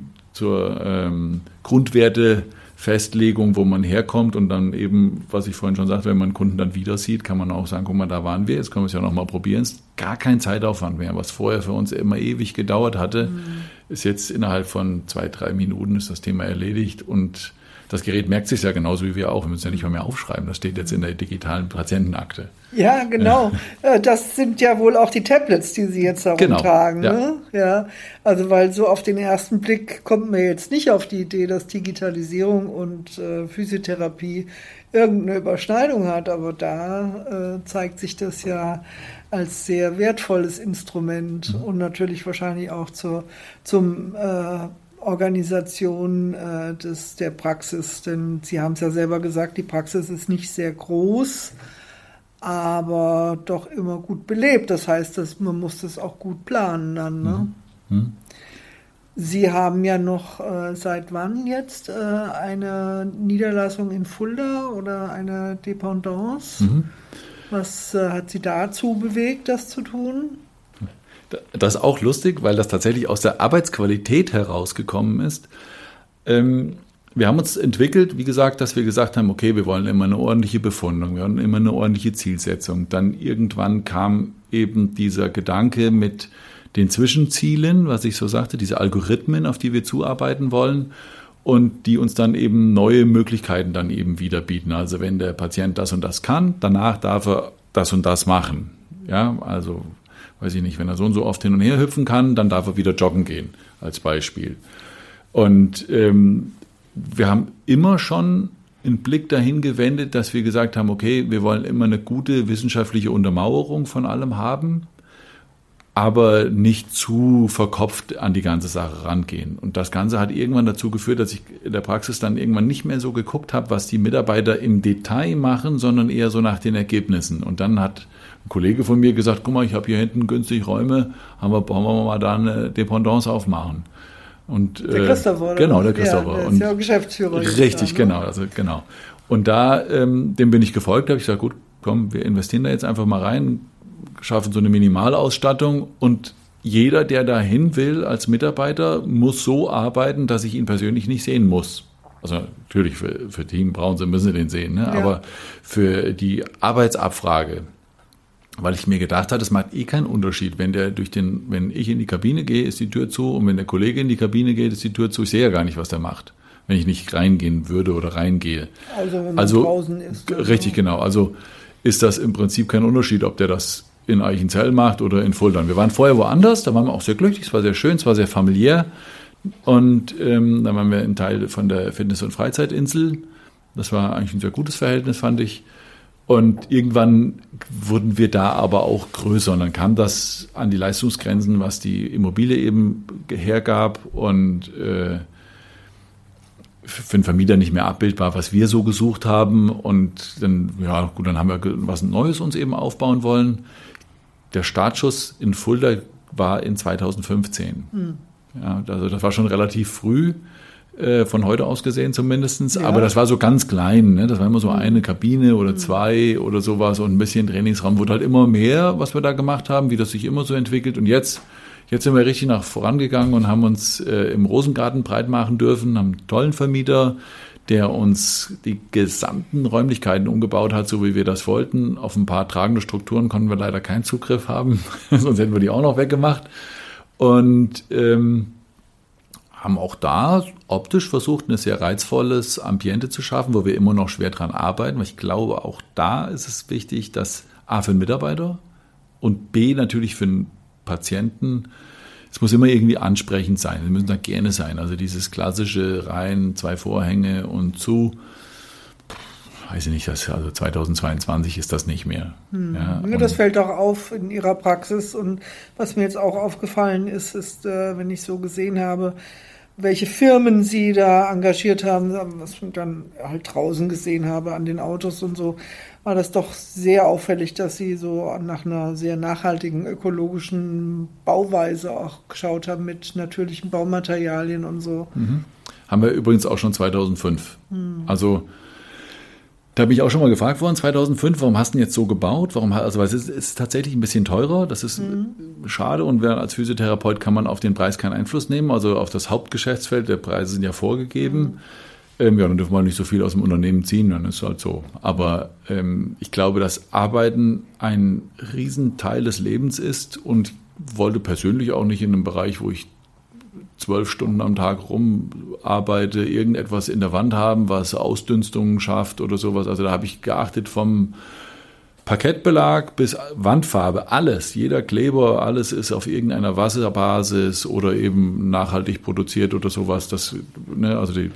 zur Grundwertefestlegung, wo man herkommt und dann eben, was ich vorhin schon sagte, wenn man einen Kunden dann wieder sieht, kann man auch sagen, guck mal, da waren wir, jetzt können wir es ja nochmal probieren. Es ist gar kein Zeitaufwand mehr, was vorher für uns immer ewig gedauert hatte, ist jetzt innerhalb von 2-3 Minuten ist das Thema erledigt und das Gerät merkt sich ja genauso wie wir auch. Wir müssen ja nicht mal mehr aufschreiben. Das steht jetzt in der digitalen Patientenakte. Ja, genau. Das sind ja wohl auch die Tablets, die Sie jetzt herumtragen. Genau. Ne? Ja. Also, weil so auf den ersten Blick kommt man jetzt nicht auf die Idee, dass Digitalisierung und Physiotherapie irgendeine Überschneidung hat. Aber da zeigt sich das ja als sehr wertvolles Instrument und natürlich wahrscheinlich auch zum Organisation der Praxis, denn Sie haben es ja selber gesagt, die Praxis ist nicht sehr groß, aber doch immer gut belebt. Das heißt, man muss das auch gut planen dann. Ne? Sie haben ja noch seit wann jetzt eine Niederlassung in Fulda oder eine Dependance? Was hat Sie dazu bewegt, das zu tun? Das ist auch lustig, weil das tatsächlich aus der Arbeitsqualität herausgekommen ist. Wir haben uns entwickelt, wie gesagt, dass wir gesagt haben, okay, wir wollen immer eine ordentliche Befundung, wir wollen immer eine ordentliche Zielsetzung. Dann irgendwann kam eben dieser Gedanke mit den Zwischenzielen, was ich so sagte, diese Algorithmen, auf die wir zuarbeiten wollen und die uns dann eben neue Möglichkeiten dann eben wieder bieten. Also wenn der Patient das und das kann, danach darf er das und das machen. Ja, also weiß ich nicht, wenn er so und so oft hin und her hüpfen kann, dann darf er wieder joggen gehen, als Beispiel. Und wir haben immer schon einen Blick dahin gewendet, dass wir gesagt haben, okay, wir wollen immer eine gute wissenschaftliche Untermauerung von allem haben, aber nicht zu verkopft an die ganze Sache rangehen. Und das Ganze hat irgendwann dazu geführt, dass ich in der Praxis dann irgendwann nicht mehr so geguckt habe, was die Mitarbeiter im Detail machen, sondern eher so nach den Ergebnissen. Und dann hat ein Kollege von mir gesagt, guck mal, ich habe hier hinten günstig Räume, wollen wir mal da eine Dependance aufmachen. Und, der Christopher, oder? Genau, der Christopher. Der ist ja Geschäftsführer. Richtig, genau. Und da, dem bin ich gefolgt, habe ich gesagt, gut, komm, wir investieren da jetzt einfach mal rein, schaffen so eine Minimalausstattung und jeder, der dahin will als Mitarbeiter, muss so arbeiten, dass ich ihn persönlich nicht sehen muss. Also natürlich für Team brauchen sie, müssen sie den sehen, ne? Ja. Aber für die Arbeitsabfrage, weil ich mir gedacht habe, es macht keinen Unterschied, wenn ich in die Kabine gehe, ist die Tür zu und wenn der Kollege in die Kabine geht, ist die Tür zu. Ich sehe ja gar nicht, was der macht, wenn ich nicht reingehen würde oder reingehe. Also wenn man draußen ist. Richtig, genau. Also ist das im Prinzip kein Unterschied, ob der das in Eichenzell macht oder in Fulda. Wir waren vorher woanders, da waren wir auch sehr glücklich, es war sehr schön, es war sehr familiär. Und dann waren wir ein Teil von der Fitness- und Freizeitinsel. Das war eigentlich ein sehr gutes Verhältnis, fand ich. Und irgendwann wurden wir da aber auch größer. Und dann kam das an die Leistungsgrenzen, was die Immobilie eben hergab und für den Vermieter nicht mehr abbildbar, was wir so gesucht haben. Und dann, ja gut, dann haben wir was Neues uns eben aufbauen wollen. Der Startschuss in Fulda war in 2015. Ja, also das war schon relativ früh, von heute aus gesehen zumindest. Ja. Aber das war so ganz klein. Ne? Das war immer so eine Kabine oder zwei oder sowas und ein bisschen Trainingsraum. Wurde halt immer mehr, was wir da gemacht haben, wie das sich immer so entwickelt. Und jetzt sind wir richtig nach vorangegangen und haben uns im Rosengarten breit machen dürfen, haben einen tollen Vermieter, der uns die gesamten Räumlichkeiten umgebaut hat, so wie wir das wollten. Auf ein paar tragende Strukturen konnten wir leider keinen Zugriff haben, sonst hätten wir die auch noch weggemacht. Und haben auch da optisch versucht, ein sehr reizvolles Ambiente zu schaffen, wo wir immer noch schwer dran arbeiten. Weil ich glaube, auch da ist es wichtig, dass A für den Mitarbeiter und B natürlich für den Patienten, es muss immer irgendwie ansprechend sein. Sie müssen da gerne sein. Also dieses klassische rein, 2 Vorhänge und zu, weiß ich nicht, also 2022 ist das nicht mehr. Ja, das fällt auch auf in Ihrer Praxis. Und was mir jetzt auch aufgefallen ist, wenn ich so gesehen habe, welche Firmen Sie da engagiert haben, was ich dann halt draußen gesehen habe an den Autos und so, war das doch sehr auffällig, dass Sie so nach einer sehr nachhaltigen ökologischen Bauweise auch geschaut haben mit natürlichen Baumaterialien und so. Haben wir übrigens auch schon 2005. Also da bin ich auch schon mal gefragt worden, 2005, warum hast du denn jetzt so gebaut? Weil es ist tatsächlich ein bisschen teurer, das ist schade, und als Physiotherapeut kann man auf den Preis keinen Einfluss nehmen, also auf das Hauptgeschäftsfeld, der Preise sind ja vorgegeben. Dann dürfen wir nicht so viel aus dem Unternehmen ziehen, dann ist es halt so. Aber ich glaube, dass Arbeiten ein Riesenteil des Lebens ist, und wollte persönlich auch nicht in einem Bereich, wo ich 12 Stunden am Tag rumarbeite, irgendetwas in der Wand haben, was Ausdünstungen schafft oder sowas. Also da habe ich geachtet, vom Parkettbelag bis Wandfarbe, alles, jeder Kleber, alles ist auf irgendeiner Wasserbasis oder eben nachhaltig produziert oder sowas. Also die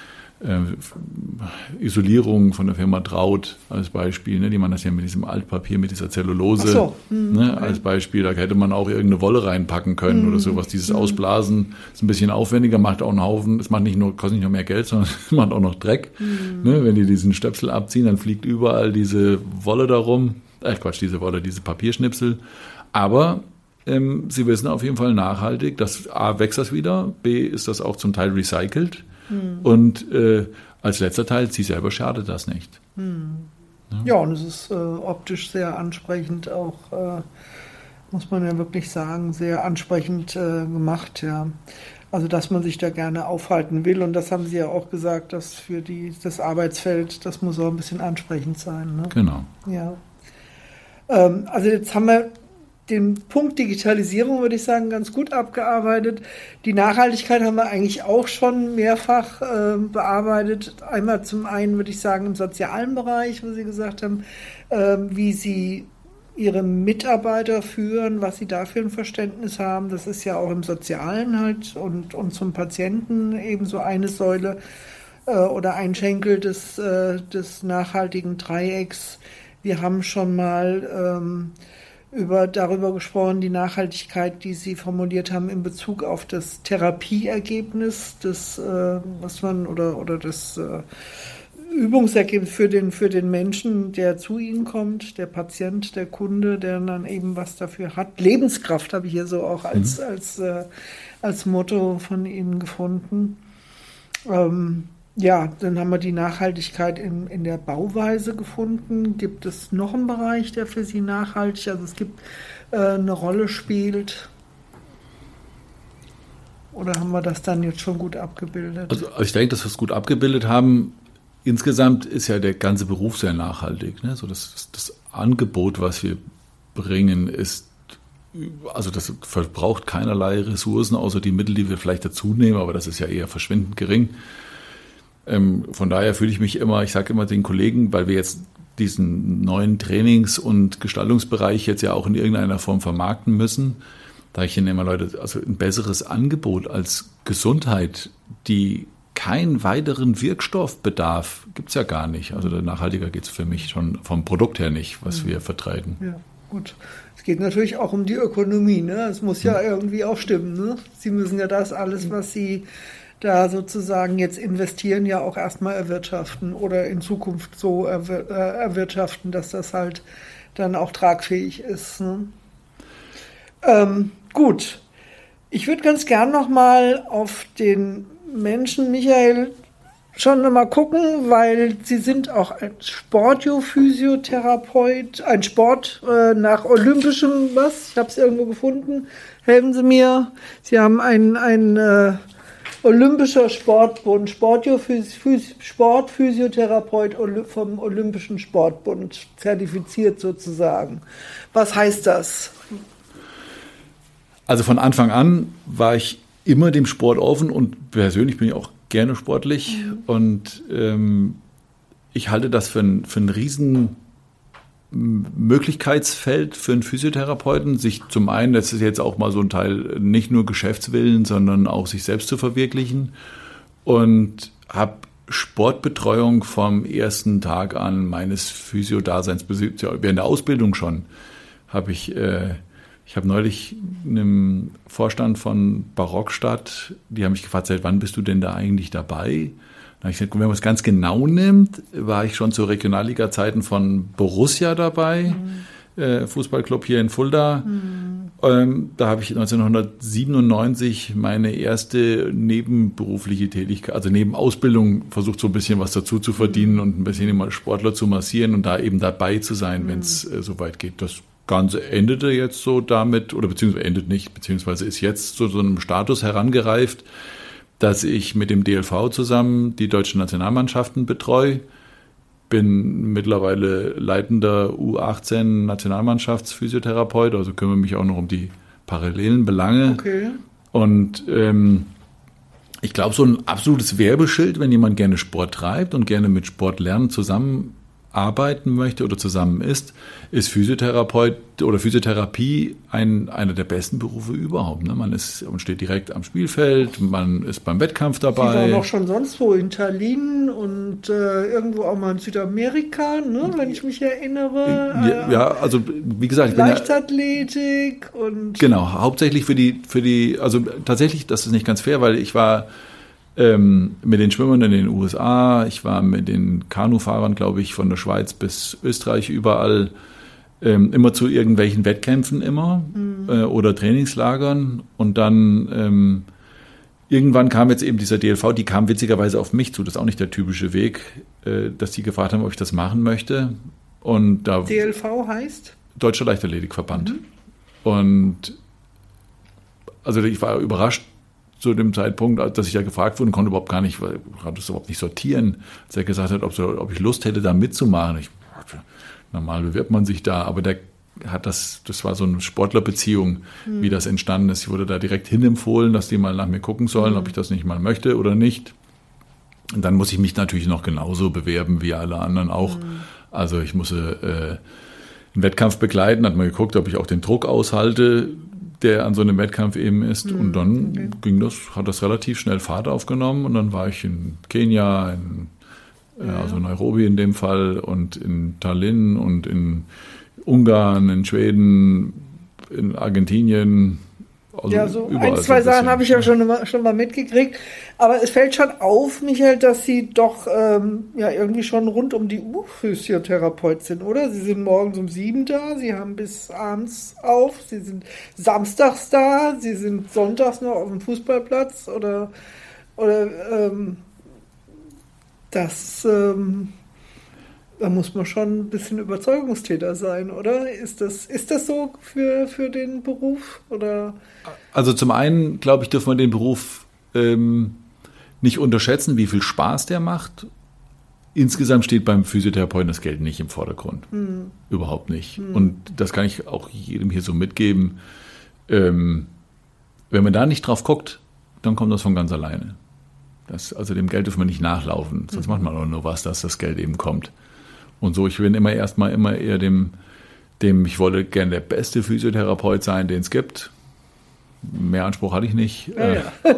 Isolierung von der Firma Traut als Beispiel, die man das ja mit diesem Altpapier, mit dieser Zellulose, als Beispiel, da hätte man auch irgendeine Wolle reinpacken können oder sowas. Dieses Ausblasen ist ein bisschen aufwendiger, macht auch einen Haufen, es kostet nicht nur mehr Geld, sondern es macht auch noch Dreck. Wenn die diesen Stöpsel abziehen, dann fliegt überall diese Wolle da rum, diese Papierschnipsel. Aber sie wissen auf jeden Fall nachhaltig, dass A, wächst das wieder, B, ist das auch zum Teil recycelt. Und als letzter Teil, sie selber schadet das nicht. Ja, und es ist optisch sehr ansprechend, auch muss man ja wirklich sagen, sehr ansprechend gemacht, ja. Also, dass man sich da gerne aufhalten will, und das haben Sie ja auch gesagt, dass für das Arbeitsfeld, das muss auch ein bisschen ansprechend sein. Ne? Genau. Ja. Also jetzt haben wir den Punkt Digitalisierung, würde ich sagen, ganz gut abgearbeitet. Die Nachhaltigkeit haben wir eigentlich auch schon mehrfach bearbeitet. Einmal zum einen, würde ich sagen, im sozialen Bereich, wo Sie gesagt haben, wie Sie Ihre Mitarbeiter führen, was Sie da für ein Verständnis haben. Das ist ja auch im Sozialen halt und zum Patienten eben so eine Säule oder ein Schenkel des nachhaltigen Dreiecks. Wir haben schon mal darüber gesprochen, die Nachhaltigkeit, die Sie formuliert haben in Bezug auf das Therapieergebnis, das Übungsergebnis für den Menschen, der zu Ihnen kommt, der Patient, der Kunde, der dann eben was dafür hat. Lebenskraft habe ich hier so auch als Motto von Ihnen gefunden. Ja, dann haben wir die Nachhaltigkeit in der Bauweise gefunden. Gibt es noch einen Bereich, der für Sie nachhaltig, eine Rolle spielt? Oder haben wir das dann jetzt schon gut abgebildet? Also ich denke, dass wir es gut abgebildet haben. Insgesamt ist ja der ganze Beruf sehr nachhaltig. Ne? So das Angebot, was wir bringen, das verbraucht keinerlei Ressourcen, außer die Mittel, die wir vielleicht dazu nehmen, aber das ist ja eher verschwindend gering. Von daher fühle ich mich ich sage immer den Kollegen, weil wir jetzt diesen neuen Trainings- und Gestaltungsbereich jetzt ja auch in irgendeiner Form vermarkten müssen, da ich ihnen immer Leute, also ein besseres Angebot als Gesundheit, die keinen weiteren Wirkstoffbedarf gibt es ja gar nicht. Also der Nachhaltiger geht es für mich schon vom Produkt her nicht, was wir vertreten. Ja, gut. Es geht natürlich auch um die Ökonomie, ne? Es muss ja irgendwie auch stimmen, ne? Sie müssen ja das alles, was Sie da sozusagen jetzt investieren, ja auch erstmal erwirtschaften oder in Zukunft so erwirtschaften, dass das halt dann auch tragfähig ist. Ne? Gut, ich würde ganz gern nochmal auf den Menschen, Michael, schon nochmal gucken, weil Sie sind auch ein Sportphysiotherapeut, ein Sport nach olympischem, ich habe es irgendwo gefunden, helfen Sie mir, Sie haben ein Olympischer Sportbund, Sportphysiotherapeut vom Olympischen Sportbund, zertifiziert sozusagen. Was heißt das? Also von Anfang an war ich immer dem Sport offen, und persönlich bin ich auch gerne sportlich. Und ich halte das für ein riesen Möglichkeitsfeld für einen Physiotherapeuten, sich zum einen, das ist jetzt auch mal so ein Teil, nicht nur Geschäftswillen, sondern auch sich selbst zu verwirklichen, und habe Sportbetreuung vom ersten Tag an meines Physio-Daseins, während der Ausbildung schon, ich habe neulich einem Vorstand von Barockstadt, die haben mich gefragt, seit wann bist du denn da eigentlich dabei? Da habe ich gesagt, wenn man es ganz genau nimmt, war ich schon zu Regionalliga-Zeiten von Borussia dabei, Fußballclub hier in Fulda. Da habe ich 1997 meine erste nebenberufliche Tätigkeit, also neben Ausbildung, versucht so ein bisschen was dazu zu verdienen und ein bisschen immer Sportler zu massieren und da eben dabei zu sein, wenn es so weit geht. Das Ganze endete jetzt so damit, oder beziehungsweise endet nicht, beziehungsweise ist jetzt zu so einem Status herangereift, dass ich mit dem DLV zusammen die deutschen Nationalmannschaften betreue. Bin mittlerweile leitender U18-Nationalmannschaftsphysiotherapeut, also kümmere mich auch noch um die parallelen Belange. Okay. Und ich glaube, so ein absolutes Werbeschild, wenn jemand gerne Sport treibt und gerne mit Sport lernen zusammenarbeiten möchte oder zusammen ist Physiotherapeut oder Physiotherapie einer der besten Berufe überhaupt. Ne? Man steht direkt am Spielfeld, man ist beim Wettkampf dabei. Sie waren auch schon sonst wo in Tallinn und irgendwo auch mal in Südamerika, ne? Wenn ich mich erinnere. Ja, also wie gesagt, ich Leichtathletik und... Genau, hauptsächlich für die, also tatsächlich, das ist nicht ganz fair, weil ich war mit den Schwimmern in den USA, ich war mit den Kanufahrern, glaube ich, von der Schweiz bis Österreich überall, immer zu irgendwelchen Wettkämpfen oder Trainingslagern. Und dann irgendwann kam jetzt eben dieser DLV, die kam witzigerweise auf mich zu, das ist auch nicht der typische Weg, dass die gefragt haben, ob ich das machen möchte. Und da DLV heißt? Deutscher Leichtathletikverband. Und also ich war überrascht, zu dem Zeitpunkt, dass ich ja gefragt wurde, konnte überhaupt gar nicht, konnte es überhaupt nicht sortieren, als er gesagt hat, ob ich Lust hätte, da mitzumachen. Normal bewirbt man sich da, aber der hat das war so eine Sportlerbeziehung, wie das entstanden ist. Ich wurde da direkt hinempfohlen, dass die mal nach mir gucken sollen, ob ich das nicht mal möchte oder nicht. Und dann muss ich mich natürlich noch genauso bewerben wie alle anderen auch. Also ich musste einen Wettkampf begleiten, hat mal geguckt, ob ich auch den Druck aushalte, der an so einem Wettkampf eben ist. Und dann hat das relativ schnell Fahrt aufgenommen. Und dann war ich in Kenia, also Nairobi in dem Fall, und in Tallinn und in Ungarn, in Schweden, in Argentinien. Also ja, so ein, zwei Sachen habe ich ja schon mal mitgekriegt. Aber es fällt schon auf, Michael, dass Sie doch irgendwie schon rund um die Uhr Physiotherapeut sind, oder? Sie sind morgens um 7 da, Sie haben bis abends auf, Sie sind samstags da, Sie sind sonntags noch auf dem Fußballplatz oder da muss man schon ein bisschen Überzeugungstäter sein, oder? Ist das so für den Beruf? Oder? Also zum einen, glaube ich, dürfen wir den Beruf nicht unterschätzen, wie viel Spaß der macht. Insgesamt steht beim Physiotherapeuten das Geld nicht im Vordergrund. Überhaupt nicht. Und das kann ich auch jedem hier so mitgeben. Wenn man da nicht drauf guckt, dann kommt das von ganz alleine. Also dem Geld dürfen wir nicht nachlaufen. Sonst macht man auch nur was, dass das Geld eben kommt. Und so, ich bin immer eher dem, ich wollte gerne der beste Physiotherapeut sein, den es gibt. Mehr Anspruch hatte ich nicht. Ja.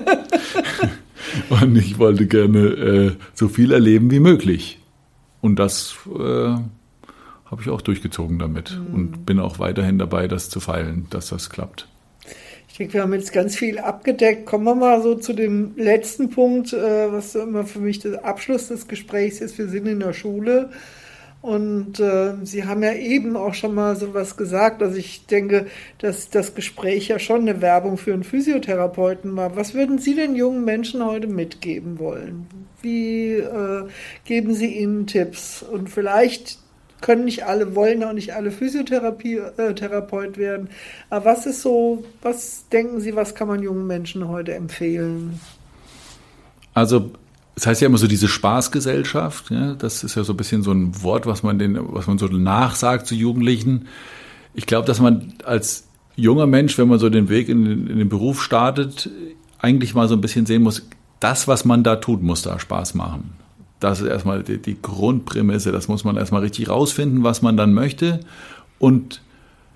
Und ich wollte gerne so viel erleben wie möglich. Und das habe ich auch durchgezogen damit. Und bin auch weiterhin dabei, das zu feilen, dass das klappt. Ich denke, wir haben jetzt ganz viel abgedeckt. Kommen wir mal so zu dem letzten Punkt, was so immer für mich der Abschluss des Gesprächs ist. Wir sind in der Schule. Und Sie haben ja eben auch schon mal sowas gesagt. Also ich denke, dass das Gespräch ja schon eine Werbung für einen Physiotherapeuten war. Was würden Sie den jungen Menschen heute mitgeben wollen? Wie geben Sie ihnen Tipps? Und vielleicht wollen auch nicht alle Physiotherapeut werden. Aber was denken Sie, was kann man jungen Menschen heute empfehlen? Also das heißt ja immer so diese Spaßgesellschaft, ja, das ist ja so ein bisschen so ein Wort, was man so nachsagt zu Jugendlichen. Ich glaube, dass man als junger Mensch, wenn man so den Weg in den Beruf startet, eigentlich mal so ein bisschen sehen muss, das, was man da tut, muss da Spaß machen. Das ist erstmal die Grundprämisse, das muss man erstmal richtig rausfinden, was man dann möchte. Und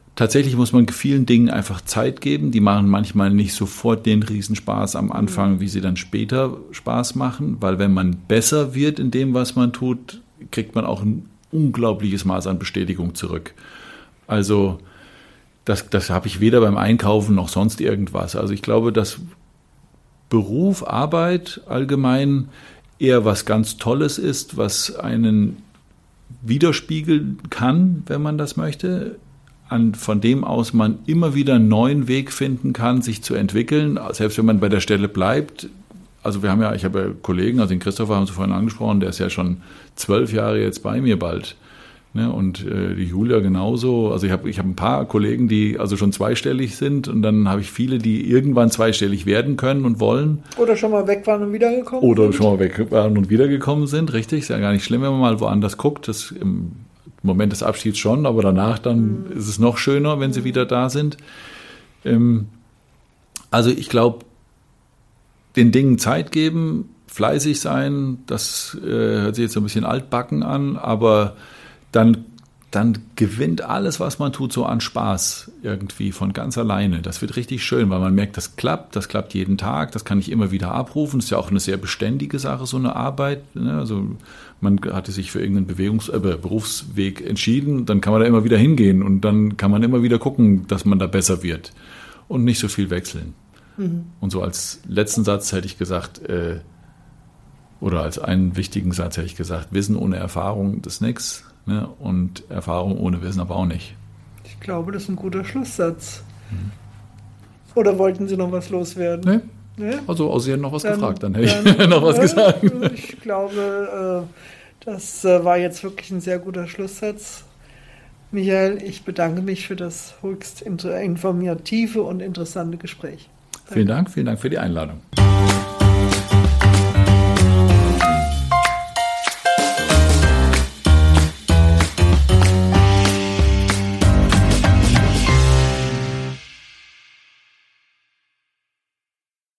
tatsächlich muss man vielen Dingen einfach Zeit geben. Die machen manchmal nicht sofort den Riesenspaß am Anfang, wie sie dann später Spaß machen. Weil wenn man besser wird in dem, was man tut, kriegt man auch ein unglaubliches Maß an Bestätigung zurück. Also das habe ich weder beim Einkaufen noch sonst irgendwas. Also ich glaube, dass Beruf, Arbeit allgemein eher was ganz Tolles ist, was einen widerspiegeln kann, wenn man das möchte, von dem aus man immer wieder einen neuen Weg finden kann, sich zu entwickeln, selbst wenn man bei der Stelle bleibt. Also ich habe ja Kollegen, also den Christopher haben Sie vorhin angesprochen, der ist ja schon 12 Jahre jetzt bei mir bald. Ne, und die Julia genauso. Also ich hab ein paar Kollegen, die also schon zweistellig sind, und dann habe ich viele, die irgendwann zweistellig werden können und wollen. Oder schon mal weg waren und wiedergekommen sind. Oder schon mal weg waren und wiedergekommen sind, richtig. Ist ja gar nicht schlimm, wenn man mal woanders guckt. Das im Moment des Abschieds schon, aber danach dann ist es noch schöner, wenn sie wieder da sind. Also ich glaube, den Dingen Zeit geben, fleißig sein, das hört sich jetzt so ein bisschen altbacken an, aber dann gewinnt alles, was man tut, so an Spaß irgendwie von ganz alleine. Das wird richtig schön, weil man merkt, das klappt jeden Tag, das kann ich immer wieder abrufen. Das ist ja auch eine sehr beständige Sache, so eine Arbeit. Ne? Also man hatte sich für irgendeinen Berufsweg entschieden, dann kann man da immer wieder hingehen und dann kann man immer wieder gucken, dass man da besser wird und nicht so viel wechseln. Mhm. Und so als letzten Satz hätte ich gesagt, oder als einen wichtigen Satz hätte ich gesagt, Wissen ohne Erfahrung ist nichts. Ne? Und Erfahrung ohne Wissen aber auch nicht. Ich glaube, das ist ein guter Schlusssatz. Oder wollten Sie noch was loswerden? Nee. Also Sie hätten noch was gefragt, dann hätte ich noch was gesagt. Ich glaube, das war jetzt wirklich ein sehr guter Schlusssatz. Michael, ich bedanke mich für das höchst informative und interessante Gespräch. Vielen Dank für die Einladung.